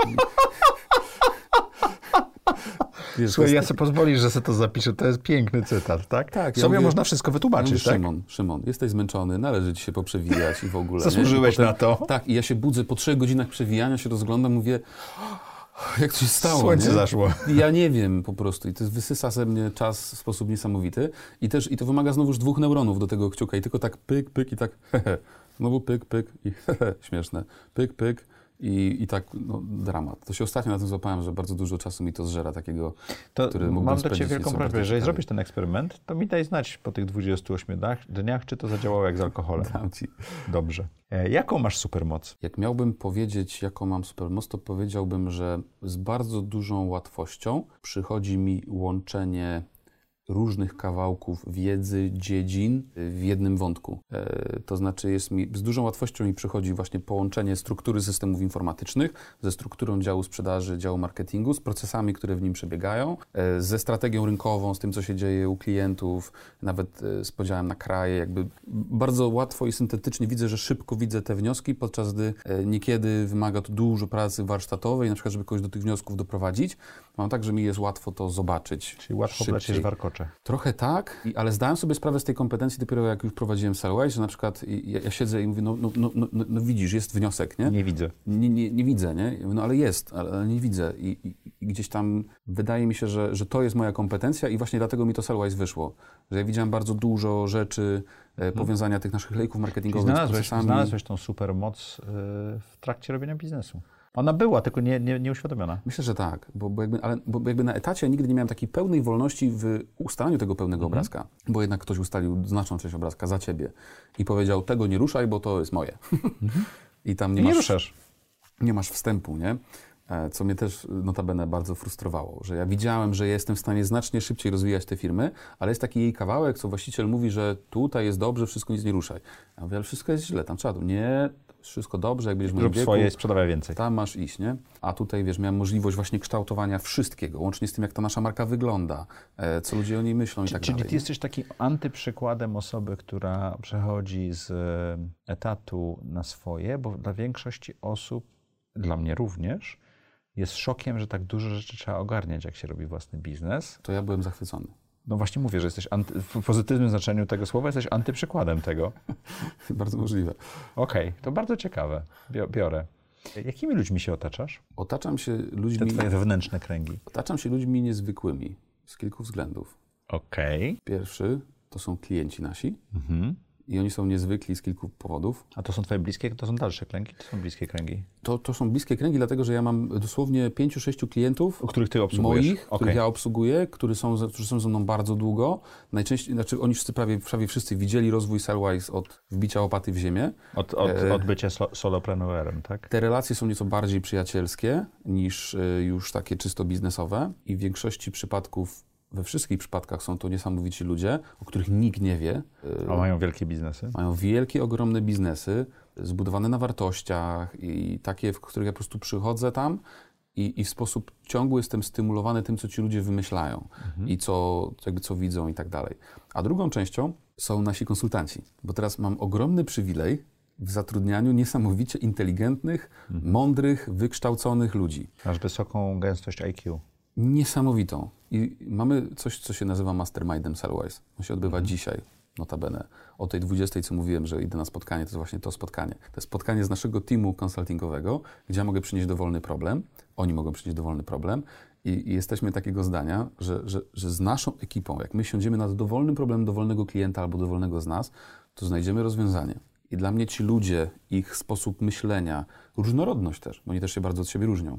Wiesz, słuchaj, ja sobie pozwolisz, że sobie to zapiszę. To jest piękny cytat, tak? Tak. Sobie można wszystko wytłumaczyć, tak? Szymon, jesteś zmęczony, należy ci się poprzewijać i w ogóle. Zasłużyłeś na to. Tak, i ja się budzę po 3 godzinach przewijania, się rozglądam, mówię, jak to się stało, Słońce zaszło. I ja nie wiem po prostu. I to wysysa ze mnie czas w sposób niesamowity. I to wymaga znowuż 2 neuronów do tego kciuka. I tylko tak pyk, pyk i tak hehe. Znowu pyk, pyk i hehe. Śmieszne. Pyk, pyk. I tak, dramat. To się ostatnio na tym złapałem, że bardzo dużo czasu mi to zżera takiego, który mógłbym mam do Ciebie wielką prośbę. Jeżeli zrobisz ten eksperyment, to mi daj znać po tych 28 dniach, czy to zadziałało jak z alkoholem. Dam Ci. Dobrze. Jaką masz supermoc? Jak miałbym powiedzieć, jaką mam supermoc, to powiedziałbym, że z bardzo dużą łatwością przychodzi mi łączenie różnych kawałków wiedzy, dziedzin w jednym wątku. To znaczy z dużą łatwością mi przychodzi właśnie połączenie struktury systemów informatycznych ze strukturą działu sprzedaży, działu marketingu, z procesami, które w nim przebiegają, ze strategią rynkową, z tym, co się dzieje u klientów, nawet z podziałem na kraje. Jakby bardzo łatwo i syntetycznie widzę, że szybko widzę te wnioski, podczas gdy niekiedy wymaga to dużo pracy warsztatowej, na przykład, żeby kogoś do tych wniosków doprowadzić. Mam tak, że mi jest łatwo to zobaczyć. Czyli łatwo wlecieć w warkocze. Trochę tak, ale zdałem sobie sprawę z tej kompetencji dopiero jak już prowadziłem Sellwise, że na przykład ja siedzę i mówię, no widzisz, jest wniosek, nie? Nie widzę. Nie widzę, nie? No ale jest, ale nie widzę. I gdzieś tam wydaje mi się, że to jest moja kompetencja i właśnie dlatego mi to Sellwise wyszło. Że ja widziałem bardzo dużo rzeczy, powiązania tych naszych lejków marketingowych z procesami. Znalazłeś tą supermoc w trakcie robienia biznesu. Ona była, tylko nie uświadomiona. Myślę, że tak, bo jakby na etacie nigdy nie miałem takiej pełnej wolności w ustalaniu tego pełnego obrazka, bo jednak ktoś ustalił znaczną część obrazka za ciebie i powiedział, tego nie ruszaj, bo to jest moje. I tam nie ruszasz. Nie masz wstępu, nie? Co mnie też notabene bardzo frustrowało, że ja widziałem, że jestem w stanie znacznie szybciej rozwijać te firmy, ale jest taki jej kawałek, co właściciel mówi, że tutaj jest dobrze, wszystko nic nie ruszaj. Ja mówię, ale wszystko jest źle, tam trzeba, nie, wszystko dobrze, jak będziesz w moim wieku, swoje, sprzedawaj więcej. Tam masz iść, nie? A tutaj, wiesz, miałem możliwość właśnie kształtowania wszystkiego, łącznie z tym, jak ta nasza marka wygląda, co ludzie o niej myślą i tak dalej. Czyli ty jesteś takim antyprzykładem osoby, która przechodzi z etatu na swoje, bo dla większości osób, dla mnie również, jest szokiem, że tak dużo rzeczy trzeba ogarniać, jak się robi własny biznes. To ja byłem zachwycony. No właśnie mówię, że jesteś w pozytywnym znaczeniu tego słowa jesteś antyprzykładem tego. Bardzo możliwe. Okej, to bardzo ciekawe. Biorę. Jakimi ludźmi się otaczasz? Otaczam się ludźmi... Te twoje wewnętrzne kręgi. Otaczam się ludźmi niezwykłymi z kilku względów. Okej. Pierwszy to są klienci nasi. I oni są niezwykli z kilku powodów. A to są twoje bliskie, to są dalsze kręgi? To są bliskie kręgi? To są bliskie kręgi, dlatego że ja mam dosłownie 5-6 klientów, których ty obsługujesz. Moich, których ja obsługuję, którzy są ze mną bardzo długo. Najczęściej, znaczy oni wszyscy, prawie wszyscy widzieli rozwój Sellwise od wbicia łopaty w ziemię. Od bycia solopreneurem, tak? Te relacje są nieco bardziej przyjacielskie niż już takie czysto biznesowe i w większości przypadków, we wszystkich przypadkach są to niesamowici ludzie, o których nikt nie wie. A mają wielkie biznesy? Mają wielkie, ogromne biznesy, zbudowane na wartościach i takie, w których ja po prostu przychodzę tam i w sposób ciągły jestem stymulowany tym, co ci ludzie wymyślają i co widzą i tak dalej. A drugą częścią są nasi konsultanci, bo teraz mam ogromny przywilej w zatrudnianiu niesamowicie inteligentnych, mądrych, wykształconych ludzi. Masz wysoką gęstość IQ. Niesamowitą. I mamy coś, co się nazywa Mastermindem Sellwise. On się odbywa dzisiaj, notabene. O tej 20, co mówiłem, że idę na spotkanie, to jest właśnie to spotkanie. To jest spotkanie z naszego teamu konsultingowego, gdzie ja mogę przynieść dowolny problem, oni mogą przynieść dowolny problem i jesteśmy takiego zdania, że z naszą ekipą, jak my siądziemy nad dowolnym problemem dowolnego klienta albo dowolnego z nas, to znajdziemy rozwiązanie. I dla mnie ci ludzie, ich sposób myślenia, różnorodność też, bo oni też się bardzo od siebie różnią,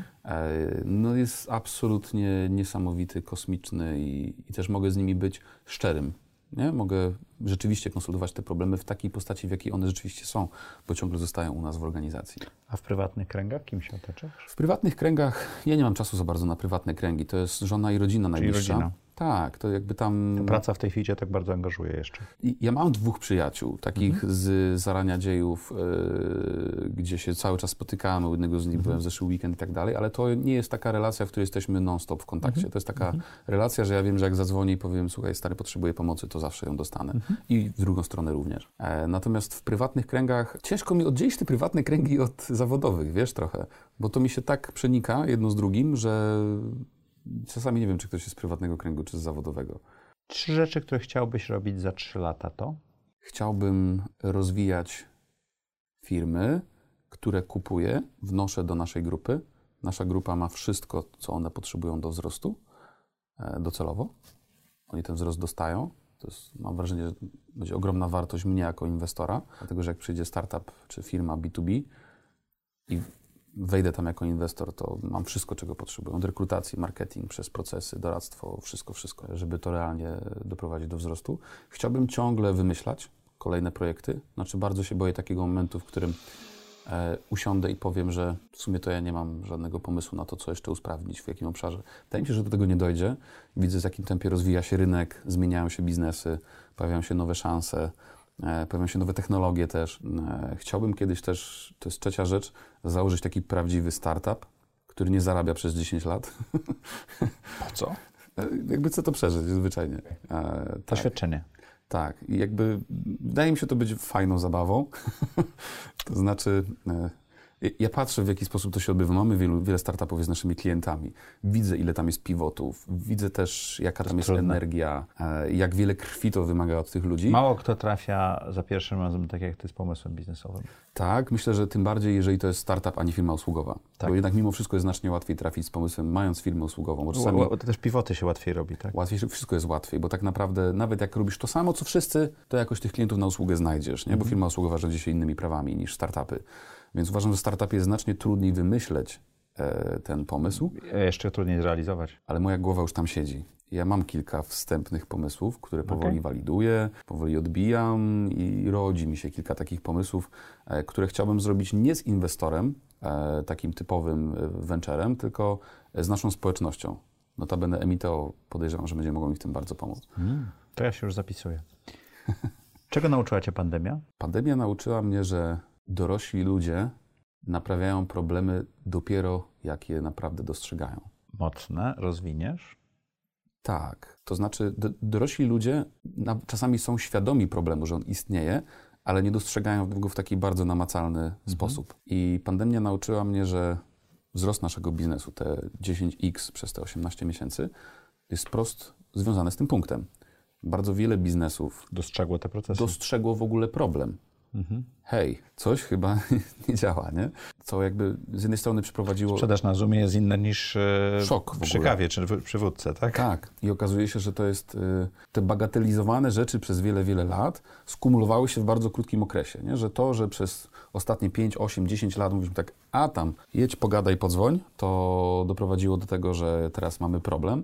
no jest absolutnie niesamowity, kosmiczny i też mogę z nimi być szczerym. Nie? Mogę rzeczywiście konsultować te problemy w takiej postaci, w jakiej one rzeczywiście są, bo ciągle zostają u nas w organizacji. A w prywatnych kręgach kim się otaczasz? W prywatnych kręgach ja nie mam czasu za bardzo na prywatne kręgi. To jest żona i rodzina najbliższa. Czyli rodzina. Tak, to jakby tam... Ta praca w tej chwili cię tak bardzo angażuje jeszcze. Ja mam 2 przyjaciół, takich z zarania dziejów, gdzie się cały czas spotykamy. U jednego z nich byłem w zeszły weekend i tak dalej, ale to nie jest taka relacja, w której jesteśmy non-stop w kontakcie. To jest taka relacja, że ja wiem, że jak zadzwonię i powiem, słuchaj, stary, potrzebuję pomocy, to zawsze ją dostanę. I w drugą stronę również. Natomiast w prywatnych kręgach, ciężko mi oddzielić te prywatne kręgi od zawodowych, wiesz, trochę. Bo to mi się tak przenika jedno z drugim, że czasami nie wiem, czy ktoś jest z prywatnego kręgu, czy z zawodowego. 3 rzeczy, które chciałbyś robić za 3 lata to? Chciałbym rozwijać firmy, które kupuję, wnoszę do naszej grupy. Nasza grupa ma wszystko, co one potrzebują do wzrostu docelowo. Oni ten wzrost dostają. To jest, mam wrażenie, że będzie ogromna wartość mnie jako inwestora, dlatego że jak przyjdzie startup czy firma B2B i wejdę tam jako inwestor, to mam wszystko, czego potrzebuję. Od rekrutacji, marketing, przez procesy, doradztwo, wszystko, żeby to realnie doprowadzić do wzrostu. Chciałbym ciągle wymyślać kolejne projekty. Znaczy bardzo się boję takiego momentu, w którym usiądę i powiem, że w sumie to ja nie mam żadnego pomysłu na to, co jeszcze usprawnić, w jakim obszarze. Wydaje mi się, że do tego nie dojdzie. Widzę, w jakim tempie rozwija się rynek, zmieniają się biznesy, pojawiają się nowe szanse, pojawiają się nowe technologie też. Chciałbym kiedyś też, to jest trzecia rzecz, założyć taki prawdziwy startup, który nie zarabia przez 10 lat. Po co? Jakby chcę to przeżyć zwyczajnie. Doświadczenie. Tak. I jakby wydaje mi się to być fajną zabawą. To znaczy, ja patrzę, w jaki sposób to się odbywa. Mamy wiele startupów jest naszymi klientami. Widzę, ile tam jest pivotów. Widzę też, jaka tam jest energia, jak wiele krwi to wymaga od tych ludzi. Mało kto trafia za pierwszym razem, tak jak ty, z pomysłem biznesowym. Tak, myślę, że tym bardziej, jeżeli to jest startup, a nie firma usługowa. Tak. Bo jednak mimo wszystko jest znacznie łatwiej trafić z pomysłem, mając firmę usługową. Bo czasami To też pivoty się łatwiej robi, tak? łatwiej, wszystko jest łatwiej, bo tak naprawdę nawet jak robisz to samo, co wszyscy, to jakoś tych klientów na usługę znajdziesz, nie? Bo firma usługowa rządzi się innymi prawami niż startupy. Więc uważam, że w startupie jest znacznie trudniej wymyśleć ten pomysł. Jeszcze trudniej zrealizować. Ale moja głowa już tam siedzi. Ja mam kilka wstępnych pomysłów, które powoli waliduję, powoli odbijam i rodzi mi się kilka takich pomysłów, które chciałbym zrobić nie z inwestorem, takim typowym venturem, tylko z naszą społecznością. Notabene Emiteo podejrzewam, że będzie mogło mi w tym bardzo pomóc. To ja się już zapisuję. Czego nauczyła cię pandemia? Pandemia nauczyła mnie, że dorośli ludzie naprawiają problemy dopiero jak je naprawdę dostrzegają. Mocne, rozwiniesz? Tak, to znaczy dorośli ludzie czasami są świadomi problemu, że on istnieje, ale nie dostrzegają go w taki bardzo namacalny sposób. I pandemia nauczyła mnie, że wzrost naszego biznesu, te 10x przez te 18 miesięcy, jest wprost związane z tym punktem. Bardzo wiele biznesów Dostrzegło te procesy. dostrzegło w ogóle problem. Hej, coś chyba nie działa, nie? Co jakby z jednej strony przyprowadziło... Sprzedaż na Zoomie jest inna niż szok w przy ogóle. kawie czy przy wódce, tak? Tak. I okazuje się, że to jest... Te bagatelizowane rzeczy przez wiele, wiele lat skumulowały się w bardzo krótkim okresie, nie? Że to, że przez ostatnie 5, 8, 10 lat mówiliśmy tak, a tam jedź, pogadaj, podzwoń, to doprowadziło do tego, że teraz mamy problem.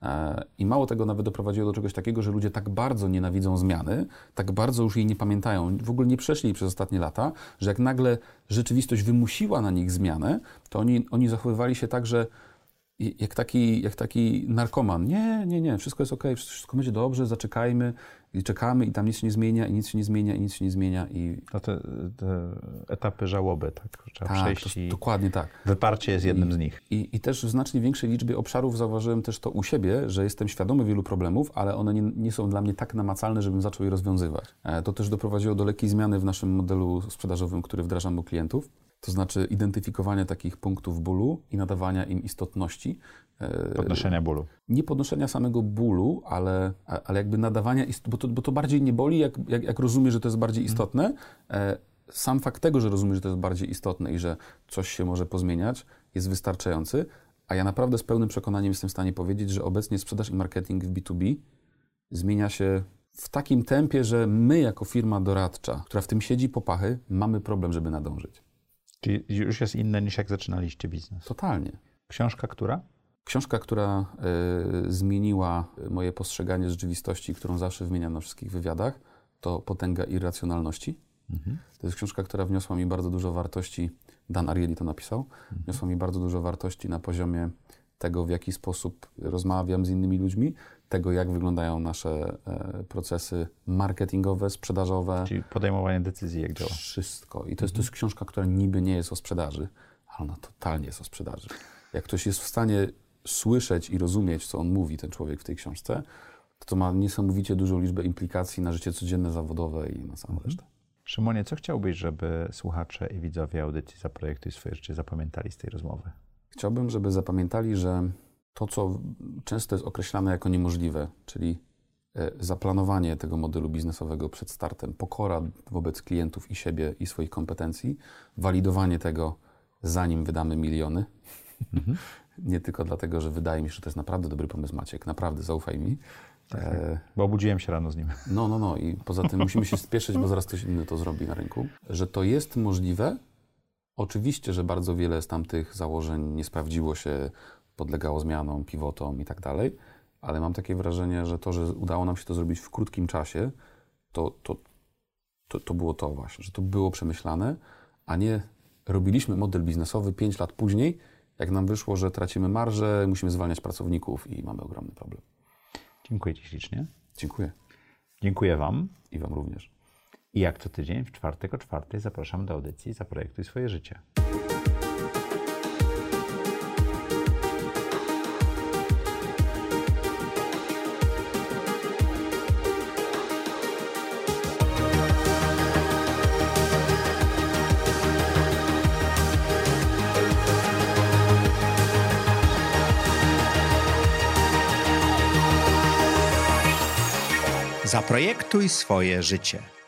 I mało tego, nawet doprowadziło do czegoś takiego, że ludzie tak bardzo nienawidzą zmiany, tak bardzo już jej nie pamiętają, w ogóle nie przeszli jej przez ostatnie lata, że jak nagle rzeczywistość wymusiła na nich zmianę, to oni zachowywali się tak, że jak taki narkoman. Nie, wszystko jest okej, wszystko będzie dobrze, zaczekajmy i czekamy i tam nic się nie zmienia, i nic się nie zmienia, i nic się nie zmienia. No te etapy żałoby, tak? Trzeba przejść i dokładnie tak. Wyparcie jest jednym z nich. I też w znacznie większej liczbie obszarów zauważyłem też to u siebie, że jestem świadomy wielu problemów, ale one nie są dla mnie tak namacalne, żebym zaczął je rozwiązywać. To też doprowadziło do lekkiej zmiany w naszym modelu sprzedażowym, który wdrażam u klientów. To znaczy identyfikowania takich punktów bólu i nadawania im istotności. Podnoszenia bólu. Nie podnoszenia samego bólu, ale jakby nadawania, bo to bardziej nie boli, jak rozumiesz, że to jest bardziej istotne. Sam fakt tego, że rozumiesz, że to jest bardziej istotne i że coś się może pozmieniać, jest wystarczający. A ja naprawdę z pełnym przekonaniem jestem w stanie powiedzieć, że obecnie sprzedaż i marketing w B2B zmienia się w takim tempie, że my jako firma doradcza, która w tym siedzi po pachy, mamy problem, żeby nadążyć. Czyli już jest inne niż jak zaczynaliście biznes. Totalnie. Książka która? Książka, która zmieniła moje postrzeganie rzeczywistości, którą zawsze wymieniam na wszystkich wywiadach, to Potęga irracjonalności. To jest książka, która wniosła mi bardzo dużo wartości. Dan Ariely to napisał. Wniosła mi bardzo dużo wartości na poziomie tego, w jaki sposób rozmawiam z innymi ludźmi, tego, jak wyglądają nasze procesy marketingowe, sprzedażowe. Czyli podejmowanie decyzji, jak działa. Wszystko. I to jest książka, która niby nie jest o sprzedaży, ale ona totalnie jest o sprzedaży. Jak ktoś jest w stanie słyszeć i rozumieć, co on mówi, ten człowiek w tej książce, to ma niesamowicie dużą liczbę implikacji na życie codzienne, zawodowe i na całą resztę. Szymonie, co chciałbyś, żeby słuchacze i widzowie audycji Zaprojektuj swoje życie zapamiętali z tej rozmowy? Chciałbym, żeby zapamiętali, że to, co często jest określane jako niemożliwe, czyli zaplanowanie tego modelu biznesowego przed startem, pokora wobec klientów i siebie i swoich kompetencji, walidowanie tego, zanim wydamy miliony. Nie tylko dlatego, że wydaje mi się, że to jest naprawdę dobry pomysł, Maciek. Naprawdę, zaufaj mi. Tak, bo obudziłem się rano z nim. No. I poza tym musimy się spieszyć, bo zaraz ktoś inny to zrobi na rynku. Że to jest możliwe. Oczywiście, że bardzo wiele z tamtych założeń nie sprawdziło się, podlegało zmianom, pivotom i tak dalej, ale mam takie wrażenie, że to, że udało nam się to zrobić w krótkim czasie, to było to właśnie, że to było przemyślane, a nie robiliśmy model biznesowy 5 lat później, jak nam wyszło, że tracimy marżę, musimy zwalniać pracowników i mamy ogromny problem. Dziękuję Ci ślicznie. Dziękuję. Dziękuję Wam. I Wam również. I jak co tydzień w czwartek o 4:00 zapraszam do audycji Zaprojektuj swoje życie. Zaprojektuj swoje życie.